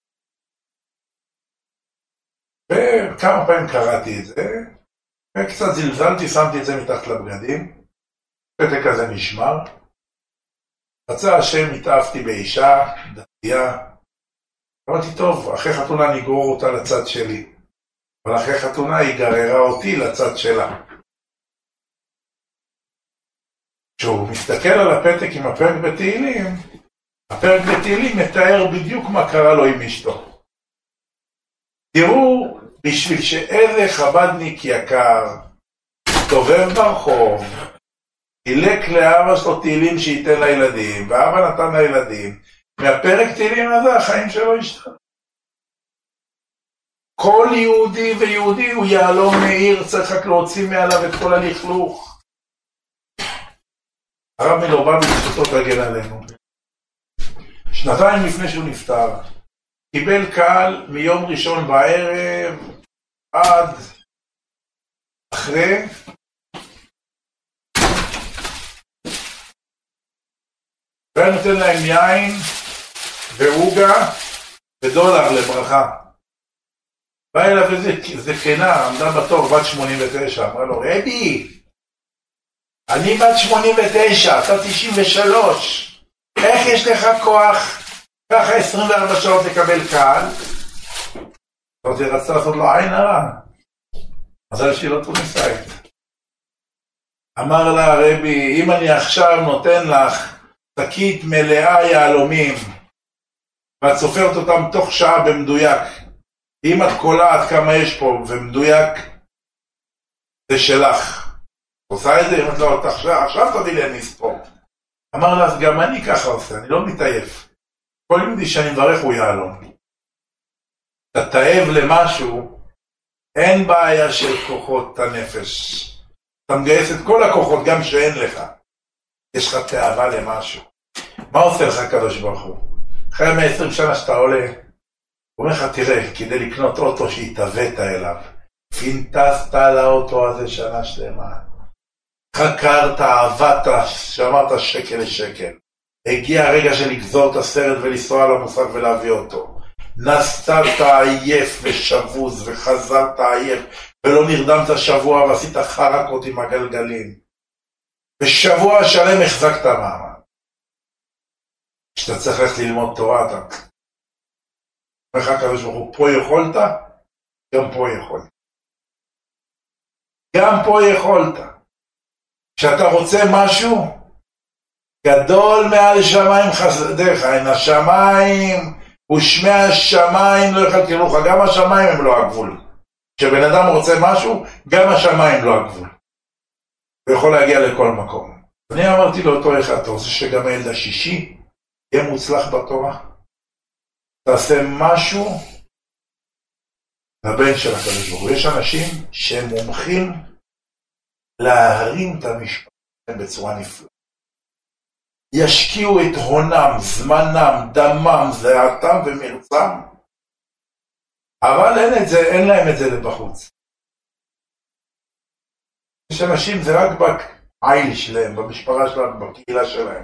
וכמה פעמים קראתי את זה, וקצת זלזלתי, שמתי את זה מתחת לבגדים, פתק הזה נשמר. רצה השם, התאהבתי באישה, דתייה. אמרתי, טוב, אחרי חתונה אני אגרור אותה לצד שלי, אבל אחרי חתונה היא גררה אותי לצד שלה. כשהוא מסתכל על הפתק עם הפרק בתהילים, הפרק בתהילים מתאר בדיוק מה קרה לו עם אשתו. תראו, בשביל שאיזה חבדניק יקר, תובב ברחוב, חילק לאבא שלו תהילים שייתן לילדים, ואבא נתן לילדים, מהפרק תהילים הזה החיים שלו השתנו. כל יהודי ויהודי הוא יעלום מאיר, צריך רק להוציא מעליו את כל הלכלוך. הרב מלובביץ' זכותו תגן עלינו. שנתיים לפני שהוא נפטר, קיבל קהל מיום ראשון בערב עד אחרי, והיה נותן להם יין ועוגה ודולר לברכה. בא אליו איזה זקנה, עמדה בתור, בת שמונים ותשע, אמרה לו, רבי, אני בת שמונים ותשע, אתה תשעים ושלוש, איך יש לך כוח ככה עשרים וארבע שעות לקבל קהל? אז היא רצתה לעשות לו עין הרע, מזל שהיא לא תוניסאית. אמר לה, רבי, אם אני עכשיו נותן לך שקית מלאה יהלומים, ואת סופרת אותם תוך שעה במדויק, אם את קולעת כמה יש פה ומדויק, זה שלך. עושה את זה, אם את לא עוד עכשיו, עכשיו תביא לי מספור. אמר לה, אז גם אני ככה עושה, אני לא מתעייף. כל יהודי שאני מברך הוא יהלום. אתה תאהב למשהו, אין בעיה של כוחות הנפש. אתה מגייס את כל הכוחות, גם שאין לך. יש לך תאהבה למשהו. מה עושה לך הקדוש ברוך הוא? אחרי מאה ועשרים שנה שאתה עולה, הוא אומר לך, תראה, כדי לקנות אוטו שהתאבאת אליו, פינטסת על האוטו הזה שנה שלמה. חקרת, עבדת, שמרת שקל לשקל. הגיע הרגע של לגזור את הסרט ולנסוע למוסך ולהביא אותו. נסעת עייף ושבוז וחזרת עייף ולא נרדמת שבוע ועשית חרקות עם הגלגלים. ושבוע שלם החזקת מעמד. כשאתה צריך ללכת ללמוד תורה, אתה אומר לך הקדוש ברוך הוא, פה יכולת, גם פה יכולת. גם פה יכולת. כשאתה רוצה משהו, גדול מעל שמיים חסדיך, אין השמיים ושמי השמיים לא יכלכלוך, גם השמיים הם לא הגבול. כשבן אדם רוצה משהו, גם השמיים לא הגבול. הוא יכול להגיע לכל מקום. אני אמרתי לאותו אחד, אתה רוצה שגם הילד השישי יהיה מוצלח בתורה? תעשה משהו לבן של הקדוש ברוך הוא. יש אנשים שהם מומחים להרים את המשפט בצורה נפלאה. ישקיעו את הונם, זמנם, דמם, זעתם ומרצם, אבל אין את זה, אין להם את זה לבחוץ. יש אנשים, זה רק בעיל שלהם, במשפחה שלהם, בקהילה שלהם.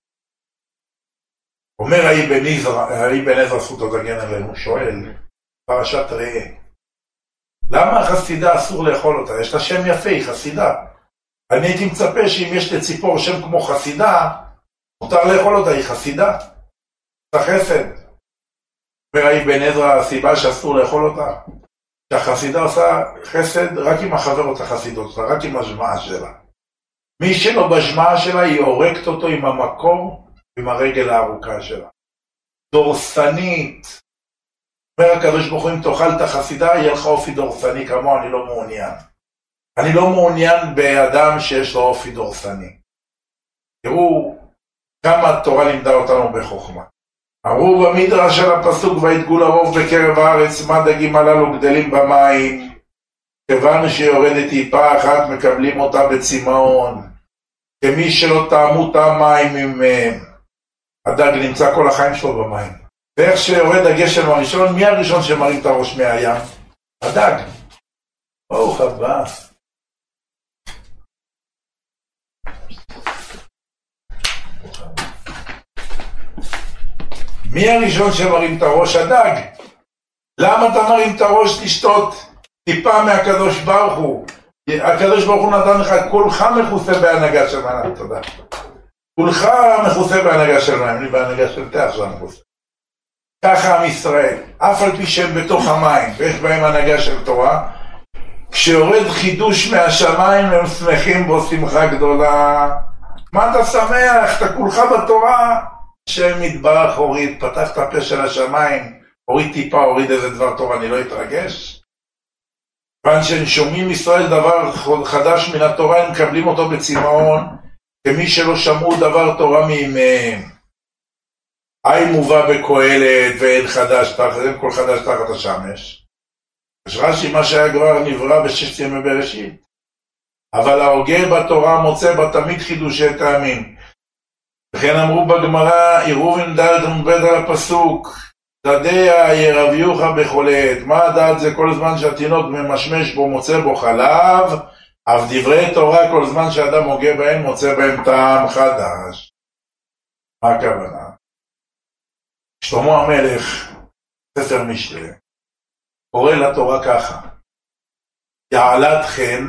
אומר האי בן עזרא זכותו תגן עלינו, שואל, פרשת ראה, למה החסידה אסור לאכול אותה? יש לה שם יפה, היא חסידה. אני הייתי מצפה שאם יש לציפור שם כמו חסידה, מותר לאכול אותה, היא חסידה. זה חסד. אומר האי בן עזרא, הסיבה שאסור לאכול אותה, שהחסידה עושה חסד רק עם החברות החסידות שלה, רק עם השמעה שלה. מי שלא בשמעה שלה, היא הורקת אותו עם המקור, עם הרגל הארוכה שלה. דורסנית. אומר הקדוש ברוך הוא, אם תאכל את החסידה, יהיה לך אופי דורסני כמו, אני לא מעוניין. אני לא מעוניין באדם שיש לו אופי דורסני. תראו כמה התורה לימדה אותנו בחוכמה. אמרו במדרש של הפסוק, ויתגו לרוב בקרב הארץ, מה דגים הללו גדלים במים, כיוון שיורדת טיפה אחת מקבלים אותה בצמאון, כמי שלא טעמו טעם מים עם הדג נמצא כל החיים שלו במים. ואיך שיורד הגשם הראשון, מי הראשון שמרים את הראש מהים? הדג. ברוך הבא. מי הראשון שמרים את הראש? הדג. למה אתה מרים את הראש לשתות טיפה מהקדוש ברוך הוא? הקדוש ברוך הוא נתן לך, כולך מכוסה בהנהגה של מים, תודה. כולך מכוסה בהנהגה של מים, אני בהנהגה של תה עכשיו מכוסה. ככה עם ישראל, אף על פי שהם בתוך המים, ויש בהם הנהגה של תורה, כשיורד חידוש מהשמיים הם שמחים בו שמחה גדולה. מה אתה שמח? אתה כולך בתורה. שם יתברך הוריד, פתח את הפה של השמיים, הוריד טיפה, הוריד איזה דבר טוב, אני לא אתרגש. פעם שהם שומעים ישראל דבר חדש מן התורה, הם מקבלים אותו בצמאון, כמי שלא שמעו דבר תורה מימיהם. היי מובא בקהלת ואין חדש תחת, אין כל חדש תחת השמש. יש רש"י, מה שהיה כבר נברא בששת ימי בראשית. אבל ההוגה בתורה מוצא בה תמיד חידושי טעמים. וכן אמרו בגמרא, עירובין ד' מ"ב על הפסוק, דדיה ירביוך בכל עת. מה הדעת? זה כל זמן שהתינוק ממשמש בו מוצא בו חלב, אף דברי תורה כל זמן שאדם הוגה בהם מוצא בהם טעם חדש. מה הכוונה? שלמה המלך, ספר משלי, קורא לתורה ככה, יעלת חן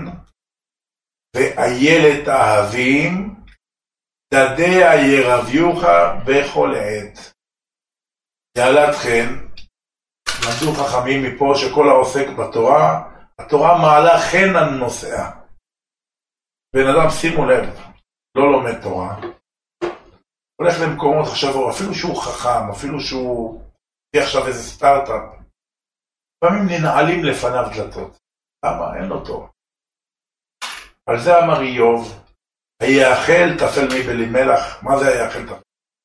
ואיילת אהבים, דדיה ירביוך בכל עת. יעלת חן, למדו חכמים מפה שכל העוסק בתורה, התורה מעלה חן על נושאה. בן אדם, שימו לב, לא לומד תורה, הולך למקומות עכשיו, אפילו שהוא חכם, אפילו שהוא יהיה עכשיו איזה סטארט-אפ, לפעמים ננעלים לפניו דלתות. למה? אין לו תורה. על זה אמר איוב, היאכל תפל מבלימלח. מה זה היאכל תפל?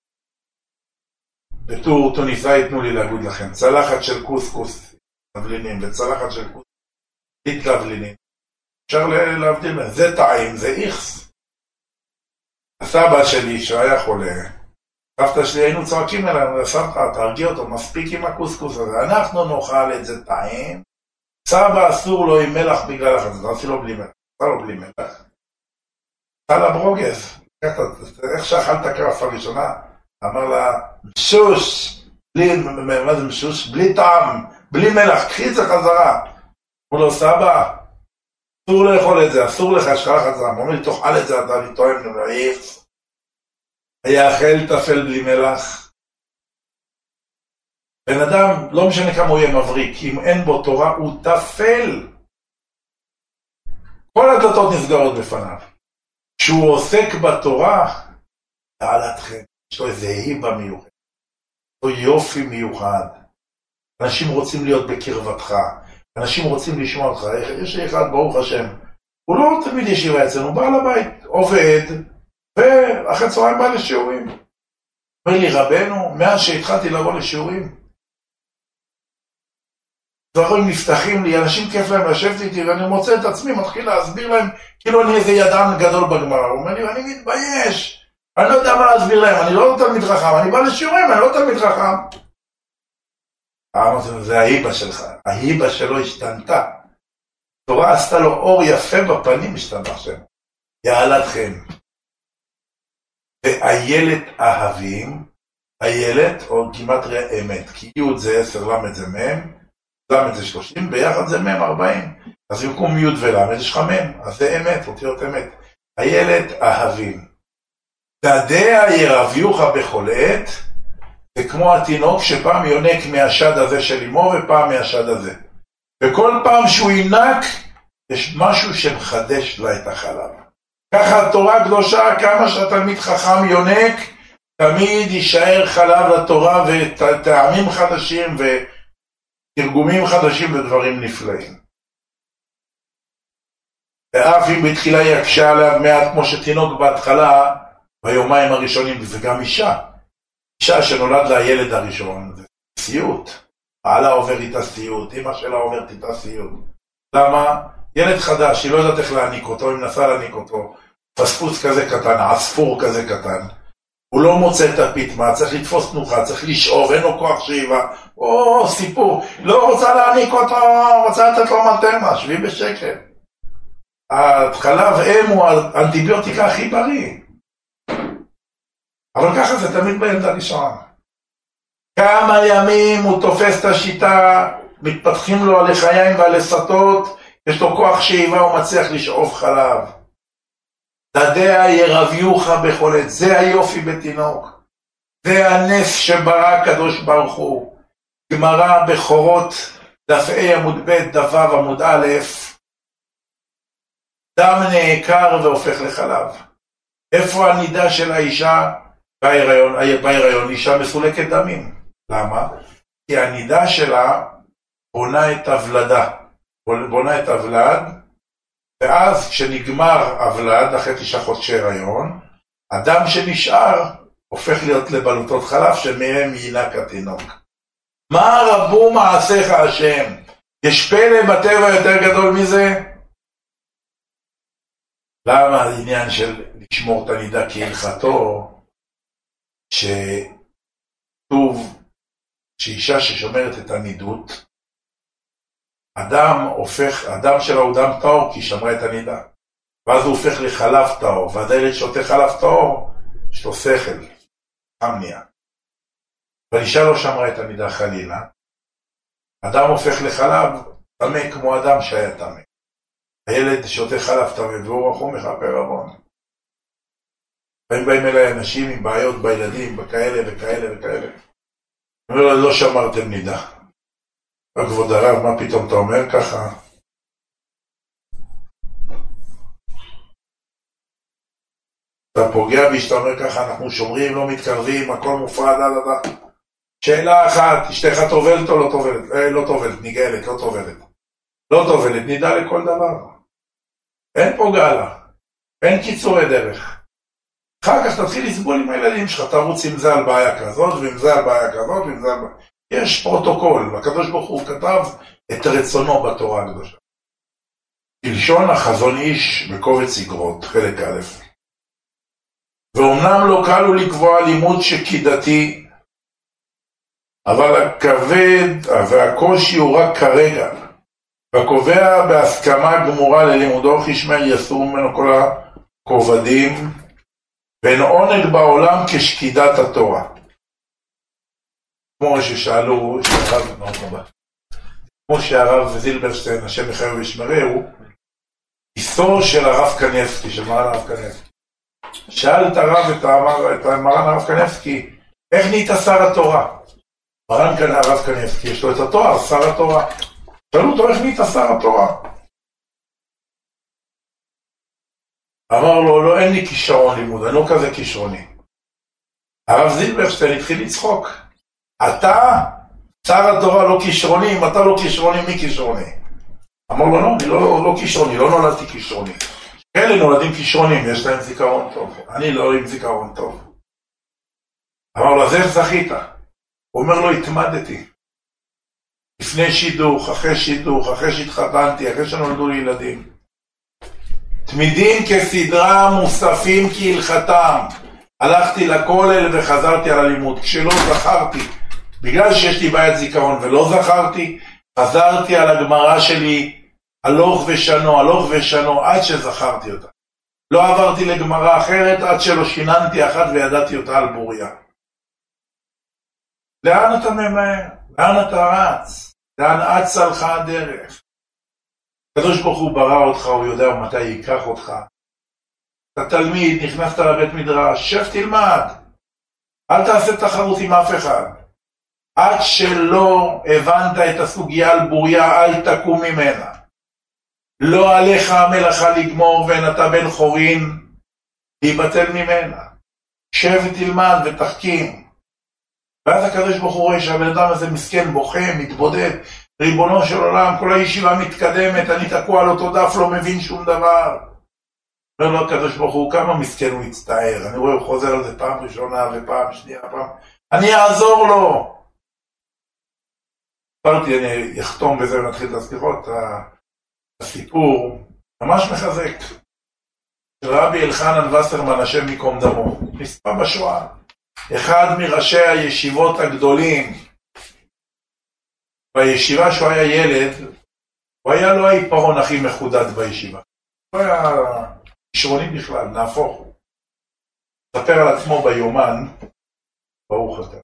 בתור תוניסאי תנו לי להגיד לכם, צלחת של קוסקוס תבלינים וצלחת של קוסקוס תבלינים, אפשר להבדיל בין זה טעים, זה איכס. הסבא שלי שהיה חולה, סבתא שלי היינו צועקים אלינו, סבתא תרגיע אותו, מספיק עם הקוסקוס הזה, אנחנו נאכל את זה טעים, סבא אסור לו עם מלח בגלל החזית, עשי לו בלי מלח, עשה לו בלי מלח, עשה לה ברוגז, איך שאכלת קרף הראשונה, אמר לה, משוש, בלי, מה זה משוש? בלי טעם, בלי מלח, קחי את זה חזרה. אמרו לו, סבא, אסור לאכול את זה, אסור לך, שכח חזרה. אמרו לי, תאכל את זה, אתה אני טועם, נמעיף. היאכל תפל בלי מלח. בן אדם, לא משנה כמה הוא יהיה מבריק, אם אין בו תורה, הוא תפל. כל הדלתות נסגרות בפניו. כשהוא עוסק בתורה, תעלתכם. יש לו איזה היבה מיוחד, יש לו יופי מיוחד. אנשים רוצים להיות בקרבתך, אנשים רוצים לשמוע אותך. יש לי אחד, ברוך השם, הוא לא תמיד ישיבה אצלנו, הוא בא לבית, עובד, ואחרי צהריים בא לשיעורים. אומר לי, רבנו, מאז שהתחלתי לבוא לשיעורים, דברים נפתחים לי, אנשים כיף להם לשבת איתי, ואני מוצא את עצמי, מתחיל להסביר להם, כאילו אני איזה ידען גדול בגמרא. הוא אומר לי, אני מתבייש, אני לא יודע מה להסביר להם, אני לא תלמיד חכם, אני בא לשיעורים, אני לא תלמיד חכם. אמרתי לו, זה ההיבה שלך, ההיבה שלו השתנתה. התורה עשתה לו אור יפה בפנים, השתנה שם. יעלתכם. ואיילת אהבים, איילת או כמעט אמת, כי י' זה עשר, למד זה מם, למד זה שלושים, ביחד זה מם ארבעים. אז במקום י' ולמד יש לך מם, אז זה אמת, אותיות אמת. איילת אהבים. תדע ירביוך בכל עת, זה כמו התינוק שפעם יונק מהשד הזה של אמו ופעם מהשד הזה. וכל פעם שהוא ינק, יש משהו שמחדש לה את החלב. ככה התורה הקדושה, כמה שהתלמיד חכם יונק, תמיד יישאר חלב לתורה וטעמים חדשים ותרגומים חדשים ודברים נפלאים. ואף אם בתחילה יקשה עליו מעט כמו שתינוק בהתחלה, ביומיים הראשונים, וגם אישה. אישה שנולד לה ילד הראשון, זה סיוט. בעלה עובר איתה סיוט, אמא שלה עוברת איתה סיוט. למה? ילד חדש, היא לא יודעת איך להעניק אותו, היא מנסה להעניק אותו. פספוס כזה קטן, עספור כזה קטן. הוא לא מוצא את הפתמה, צריך לתפוס תנוחה, צריך לשאוב, אין לו כוח שאיבה. או, סיפור, לא רוצה להעניק אותו, רוצה לתת לו מטרנה, שבי בשקט. החלב אם הוא האנטיביוטיקה הכי בריא. אבל ככה זה תמיד בילד הראשון. כמה ימים הוא תופס את השיטה, מתפתחים לו על לחיים ועל לסתות, יש לו כוח שאיבה, הוא מצליח לשאוב חלב. תדע ירביוך בכל עת, זה היופי בתינוק. זה הנס שברא הקדוש ברוך הוא. גמרא בכורות, דף A עמוד ב', דף ו' עמוד א', דם נעקר והופך לחלב. איפה הנידה של האישה? בהיריון, בהיריון אישה מסולקת דמים. למה? כי הנידה שלה בונה את הוולדה, בונה את הוולד, ואז כשנגמר הוולד, אחרי תשעה חודשי הריון, הדם שנשאר הופך להיות לבלוטות חלב שמהם ינק התינוק. מה רבו מעשיך השם? יש פלא בטבע יותר גדול מזה? למה העניין של לשמור את הנידה כהלכתו, שטוב, שאישה ששומרת את הנידות, אדם הופך, אדם שלה הוא דם טהור כי היא שמרה את הנידה. ואז הוא הופך לחלב טהור, והילד שותה חלב טהור, יש לו שכל, חם נהיה. אבל אישה לא שמרה את הנידה חלילה, אדם הופך לחלב טמא כמו אדם שהיה טמא. הילד שותה חלב טמא והוא רחום מכפר עוון. באים אליי אנשים עם בעיות בילדים, בכאלה וכאלה וכאלה. אני אומר, לא שמרתם נידה. כבוד הרב, מה פתאום אתה אומר ככה? אתה פוגע בי שאתה אומר ככה, אנחנו שומרים, לא מתקרבים, הכל מופרד, דה דה דה. שאלה אחת, אשתך טובלת או לא טובלת? אה, לא טובלת, ניגלת, לא טובלת. לא טובלת, נידה לכל דבר. אין פוגע לה, אין קיצורי דרך. אחר כך תתחיל לסבול עם הילדים שלך, תרוץ עם זה על בעיה כזאת, ועם זה על בעיה כזאת, ועם זה על בעיה... יש פרוטוקול, הקדוש ברוך הוא כתב את רצונו בתורה הקדושה. כלשון החזון איש בקובץ איגרות, חלק א'. ואומנם לא קל הוא לקבוע לימוד שקידתי, אבל הכבד והקושי הוא רק כרגע, והקובע בהסכמה גמורה ללימודו חישמר יסור ממנו כל הכובדים, ואין עונג בעולם כשקידת התורה. כמו ששאלו, שהרב, כמו שהרב זילברשטיין, השם יחייהו וישמרהו, היסטור של הרב קניבסקי, של מרן הרב קניבסקי. שאל את הרב, את, המר, את מרן הרב קניבסקי, איך נהיית שר התורה? מרן כאן הרב קניבסקי, יש לו את התואר, שר התורה. שאלו אותו, איך נהיית שר התורה? אמר לו, לא, אין לי כישרון לימוד, אני לא כזה כישרוני. הרב זילברשטיין התחיל לצחוק. אתה, שר התורה לא כישרוני, אם אתה לא כישרוני, מי כישרוני? אמר לו, לא, אני לא, לא כישרוני, לא נולדתי כישרוני. אלה נולדים כישרונים, יש להם זיכרון טוב. אני לא עם זיכרון טוב. אמר לו, אז איך זכית? הוא אומר לו, התמדתי. לפני שידוך, אחרי שידוך, אחרי שהתחתנתי, אחרי שנולדו לי ילדים. תמידים כסדרה, מוספים כהלכתם. הלכתי לכולל וחזרתי על הלימוד. כשלא זכרתי, בגלל שיש לי בעיית זיכרון ולא זכרתי, חזרתי על הגמרא שלי הלוך ושנו, הלוך ושנו, עד שזכרתי אותה. לא עברתי לגמרא אחרת עד שלא שיננתי אחת וידעתי אותה על בוריה. לאן אתה ממהר? לאן אתה רץ? לאן אצה לך הדרך? הקדוש ברוך הוא ברא אותך, הוא יודע מתי ייקח אותך. אתה תלמיד, נכנסת לבית מדרש, שב תלמד. אל תעשה תחרות עם אף אחד. עד שלא הבנת את הסוגיה על בוריה, אל תקום ממנה. לא עליך המלאכה לגמור ואין אתה בן חורין להיבטל ממנה. שב ותלמד ותחכים. ואז הקדוש ברוך הוא רואה שהבן אדם הזה מסכן, בוכה, מתבודד. ריבונו של עולם, כל הישיבה מתקדמת, אני תקוע על אותו דף, לא מבין שום דבר. אומר לו הקדוש ברוך הוא, כמה מסכן הוא יצטער. אני רואה, הוא חוזר על זה פעם ראשונה ופעם שנייה, פעם. אני אעזור לו. אמרתי, אני אחתום בזה ונתחיל את הסליחות. הסיפור ממש מחזק. של רבי אלחנן וסרמן, השם מקום דמו. נספה בשואה. אחד מראשי הישיבות הגדולים. בישיבה שהוא היה ילד, הוא היה לא העיפרון הכי מחודד בישיבה. הוא היה כישרוני בכלל, נהפוך. הוא מספר על עצמו ביומן, ברוך אתה.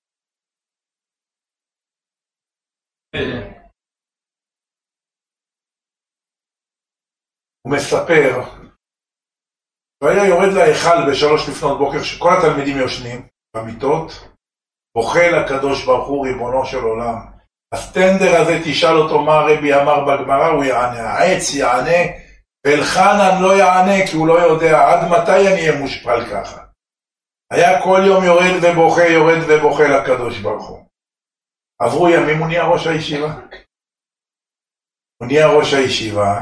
הוא מספר, הוא היה יורד להיכל בשלוש לפנות בוקר, שכל התלמידים יושנים במיטות, בוכה לקדוש ברוך הוא ריבונו של עולם. הסטנדר הזה תשאל אותו מה הרבי אמר בגמרא, הוא יענה, העץ יענה, ואלחנן לא יענה כי הוא לא יודע עד מתי אני אהיה מושפל ככה. היה כל יום יורד ובוכה, יורד ובוכה לקדוש ברוך הוא. עברו ימים, הוא נהיה ראש הישיבה. הוא נהיה ראש הישיבה,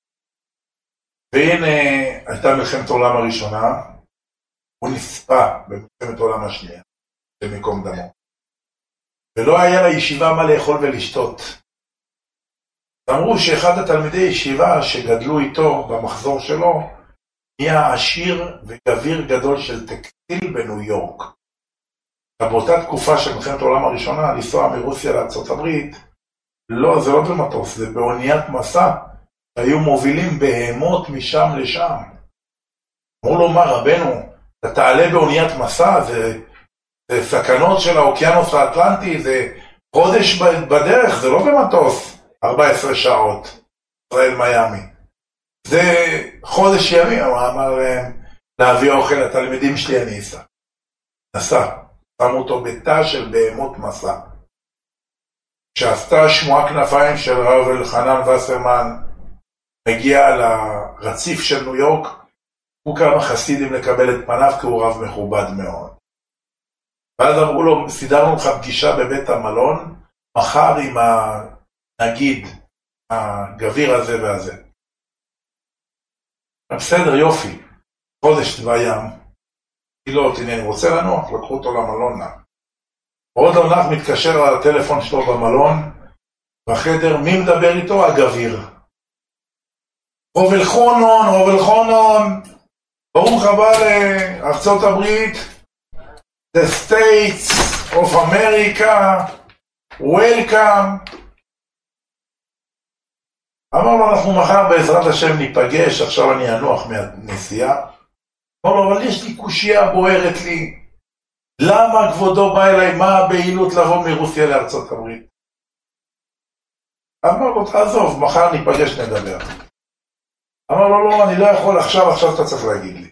והנה הייתה מלחמת העולם הראשונה, הוא נספה במלחמת העולם השנייה, במקום דמו. ולא היה לישיבה מה לאכול ולשתות. אמרו שאחד התלמידי ישיבה שגדלו איתו במחזור שלו, נהיה עשיר וגביר גדול של טקסטיל בניו יורק. באותה תקופה של מלחמת העולם הראשונה, לנסוע מרוסיה לארצות הברית, לא, זה לא במטוס, זה באוניית מסע, היו מובילים בהמות משם לשם. אמרו לו, מה רבנו, אתה תעלה באוניית מסע, זה... זה סכנות של האוקיינוס האטלנטי, זה חודש בדרך, זה לא במטוס, ארבע עשרה שעות, ישראל מיימי. זה חודש ימים, הוא אמר להם, להביא אוכל לתלמידים שלי אני אסע. נסע, שמו אותו בתא של בהמות מסע. כשעשתה שמועה כנפיים של רב אלחנן וסרמן, מגיע לרציף של ניו יורק, הוא כמה חסידים לקבל את פניו, כי הוא רב מכובד מאוד. ואז אמרו לו, סידרנו לך פגישה בבית המלון, מחר עם הנגיד, הגביר הזה והזה. בסדר, יופי, חודש בים, לא, תראה, אני רוצה לנוח, לקחו אותו למלון. עוד לא נח, מתקשר על הטלפון שלו במלון, בחדר, מי מדבר איתו? הגביר. רובל חונון, רובל חונון, ברוך הבא לארצות הברית, the States of America, welcome. אמר לו, אנחנו מחר בעזרת השם ניפגש, עכשיו אני אנוח מהנסיעה. אמר לו, אבל יש לי קושיה בוערת לי. למה כבודו בא אליי, מה הבעילות לבוא מרוסיה לארצות הברית? אמר לו, תעזוב, מחר ניפגש נדבר. אמר לו, לא, אני לא יכול עכשיו, עכשיו אתה צריך להגיד לי.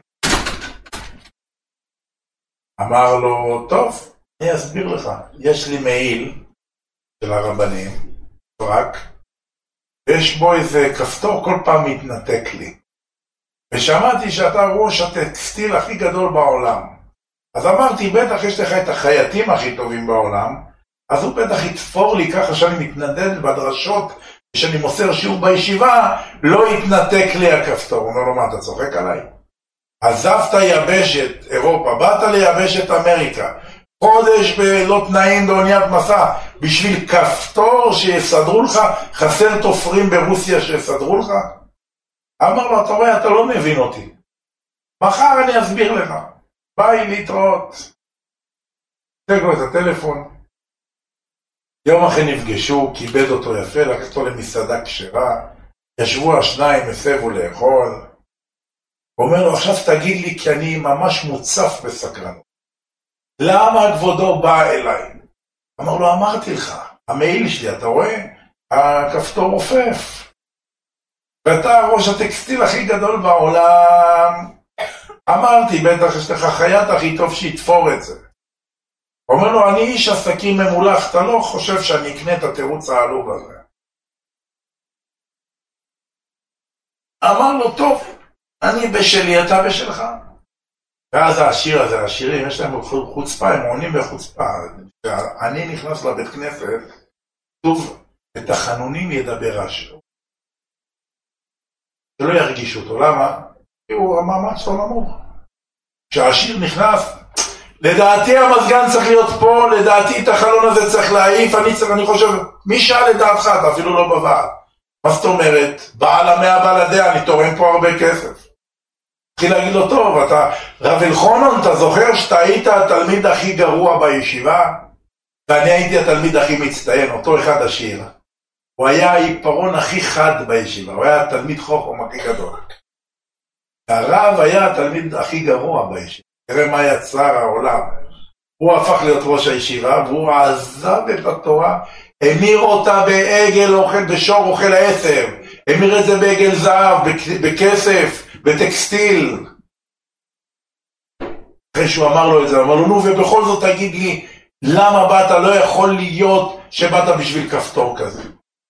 אמר לו, טוב, אני אסביר לך. יש לי מעיל של הרבנים, רק, ויש בו איזה כפתור, כל פעם מתנתק לי. ושמעתי שאתה ראש הטקסטיל הכי גדול בעולם. אז אמרתי, בטח יש לך את החייטים הכי טובים בעולם, אז הוא בטח יתפור לי ככה שאני מתנדד בדרשות, ושאני מוסר שיעור בישיבה, לא יתנתק לי הכפתור. הוא אומר לו, מה, אתה צוחק עליי? עזבת יבשת אירופה, באת ליבשת אמריקה, חודש בלא תנאים באוניית מסע, בשביל כפתור שיסדרו לך, חסר תופרים ברוסיה שיסדרו לך? אמר לו, אתה רואה, אתה לא מבין אותי. מחר אני אסביר לך. ביי, להתראות. תג לו את הטלפון. יום אחרי נפגשו, כיבד אותו יפה, לקח אותו למסעדה כשרה, ישבו השניים, הסבו לאכול. הוא אומר לו, עכשיו תגיד לי, כי אני ממש מוצף בסקרנות. למה כבודו בא אליי? אמר לו, אמרתי לך, המעיל שלי, אתה רואה? הכפתור רופף. ואתה ראש הטקסטיל הכי גדול בעולם. אמרתי, בטח יש לך חייט הכי טוב שיתפור את זה. הוא אומר לו, אני איש עסקים ממולח, אתה לא חושב שאני אקנה את התירוץ העלוב הזה. אמר לו, טוב, אני בשלי, אתה בשלך. ואז העשיר הזה, העשירים, יש להם חוצפה, הם עונים בחוצפה. אני נכנס לבית כנסת, טוב, את החנונים ידבר העשיר. שלא ירגיש אותו, למה? כי הוא המאמץ שלו נמוך. כשהעשיר נכנס, לדעתי המזגן צריך להיות פה, לדעתי את החלון הזה צריך להעיף, אני צריך, אני חושב, מי שאל לדעתך, אתה אפילו לא בבעל. מה זאת אומרת? בעל המאה בלדיה, אני תורם פה הרבה כסף. התחיל להגיד לו, טוב, אתה, רב אלחונון, אתה זוכר שאתה היית התלמיד הכי גרוע בישיבה? ואני הייתי התלמיד הכי מצטיין, אותו אחד עשיר. הוא היה העיפרון הכי חד בישיבה, הוא היה התלמיד חוכם הכי גדול. הרב היה התלמיד הכי גרוע בישיבה. תראה מה יצר העולם. הוא הפך להיות ראש הישיבה, והוא עזב את התורה, אמיר אותה בעגל אוכל, בשור אוכל העשב, אמיר את זה בעגל זהב, בכסף, בטקסטיל. אחרי שהוא אמר לו את זה, אמר לו, נו, ובכל זאת תגיד לי, למה באת, לא יכול להיות שבאת בשביל כפתור כזה.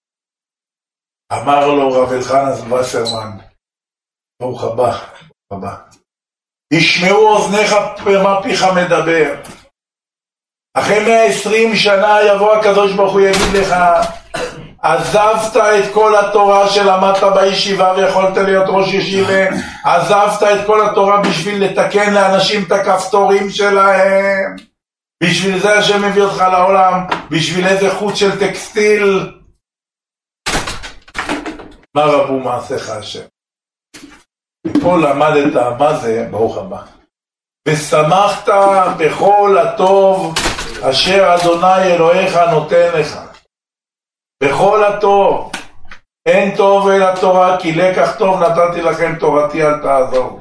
אמר לו רב אלחנן וסרמן, ברוך הבא, ברוך הבא. ישמעו אוזניך מה פיך מדבר. אחרי מאה ועשרים שנה יבוא הקדוש ברוך הוא יגיד לך, עזבת את כל התורה שלמדת בישיבה ויכולת להיות ראש ישיבה, עזבת את כל התורה בשביל לתקן לאנשים את הכפתורים שלהם, בשביל זה השם מביא אותך לעולם, בשביל איזה חוט של טקסטיל. מה רבו מעשיך השם? פה למדת מה זה, ברוך הבא. ושמחת בכל הטוב אשר אדוני אלוהיך נותן לך. בכל הטוב. אין טוב אלא תורה, כי לקח טוב נתתי לכם תורתי אל תעזוב.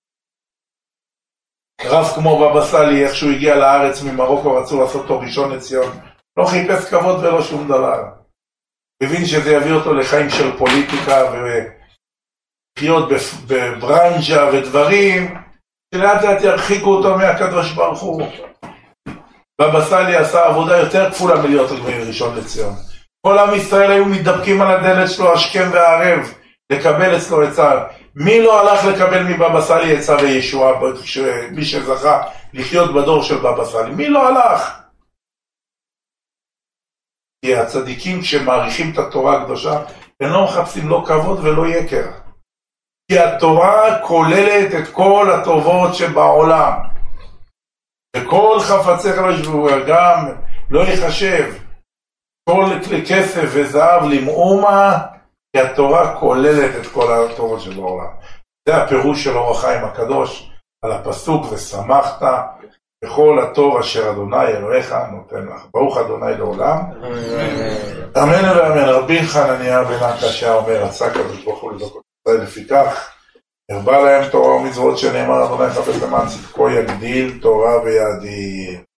רב כמו בבא סאלי, איך שהוא הגיע לארץ ממרוקו, רצו לעשות אותו ראשון לציון. לא חיפש כבוד ולא שום דבר. הבין שזה יביא אותו לחיים של פוליטיקה וחיות בברנז'ה ודברים, שלאט לאט ירחיקו אותו מהקדוש ברוך הוא. בבא סאלי עשה עבודה יותר כפולה מלהיות ראשון לציון. כל עם ישראל היו מתדפקים על הדלת שלו השכם והערב לקבל אצלו עצה. מי לא הלך לקבל מבבא סאלי עצה וישועה, מי שזכה לחיות בדור של בבא סאלי? מי לא הלך? כי הצדיקים שמעריכים את התורה הקדושה, הם לא מחפשים לא כבוד ולא יקר. כי התורה כוללת את כל הטובות שבעולם. וכל חפציך לא ישבו, גם לא יחשב. כל כסף וזהב למאומה, כי התורה כוללת את כל הטובות שבעולם. זה הפירוש של אור החיים הקדוש, על הפסוק ושמחת בכל הטוב אשר אדוני אלוהיך נותן לך. ברוך אדוני לעולם. אמן ואמן. רבי חנניה בן עקשיא אומר, עשה קדוש ברוך הוא לדקות ישראל, לפיכך הרבה להם תורה ומצוות שנאמר אדוני חפץ למען צדקו יגדיל תורה ויאדיר.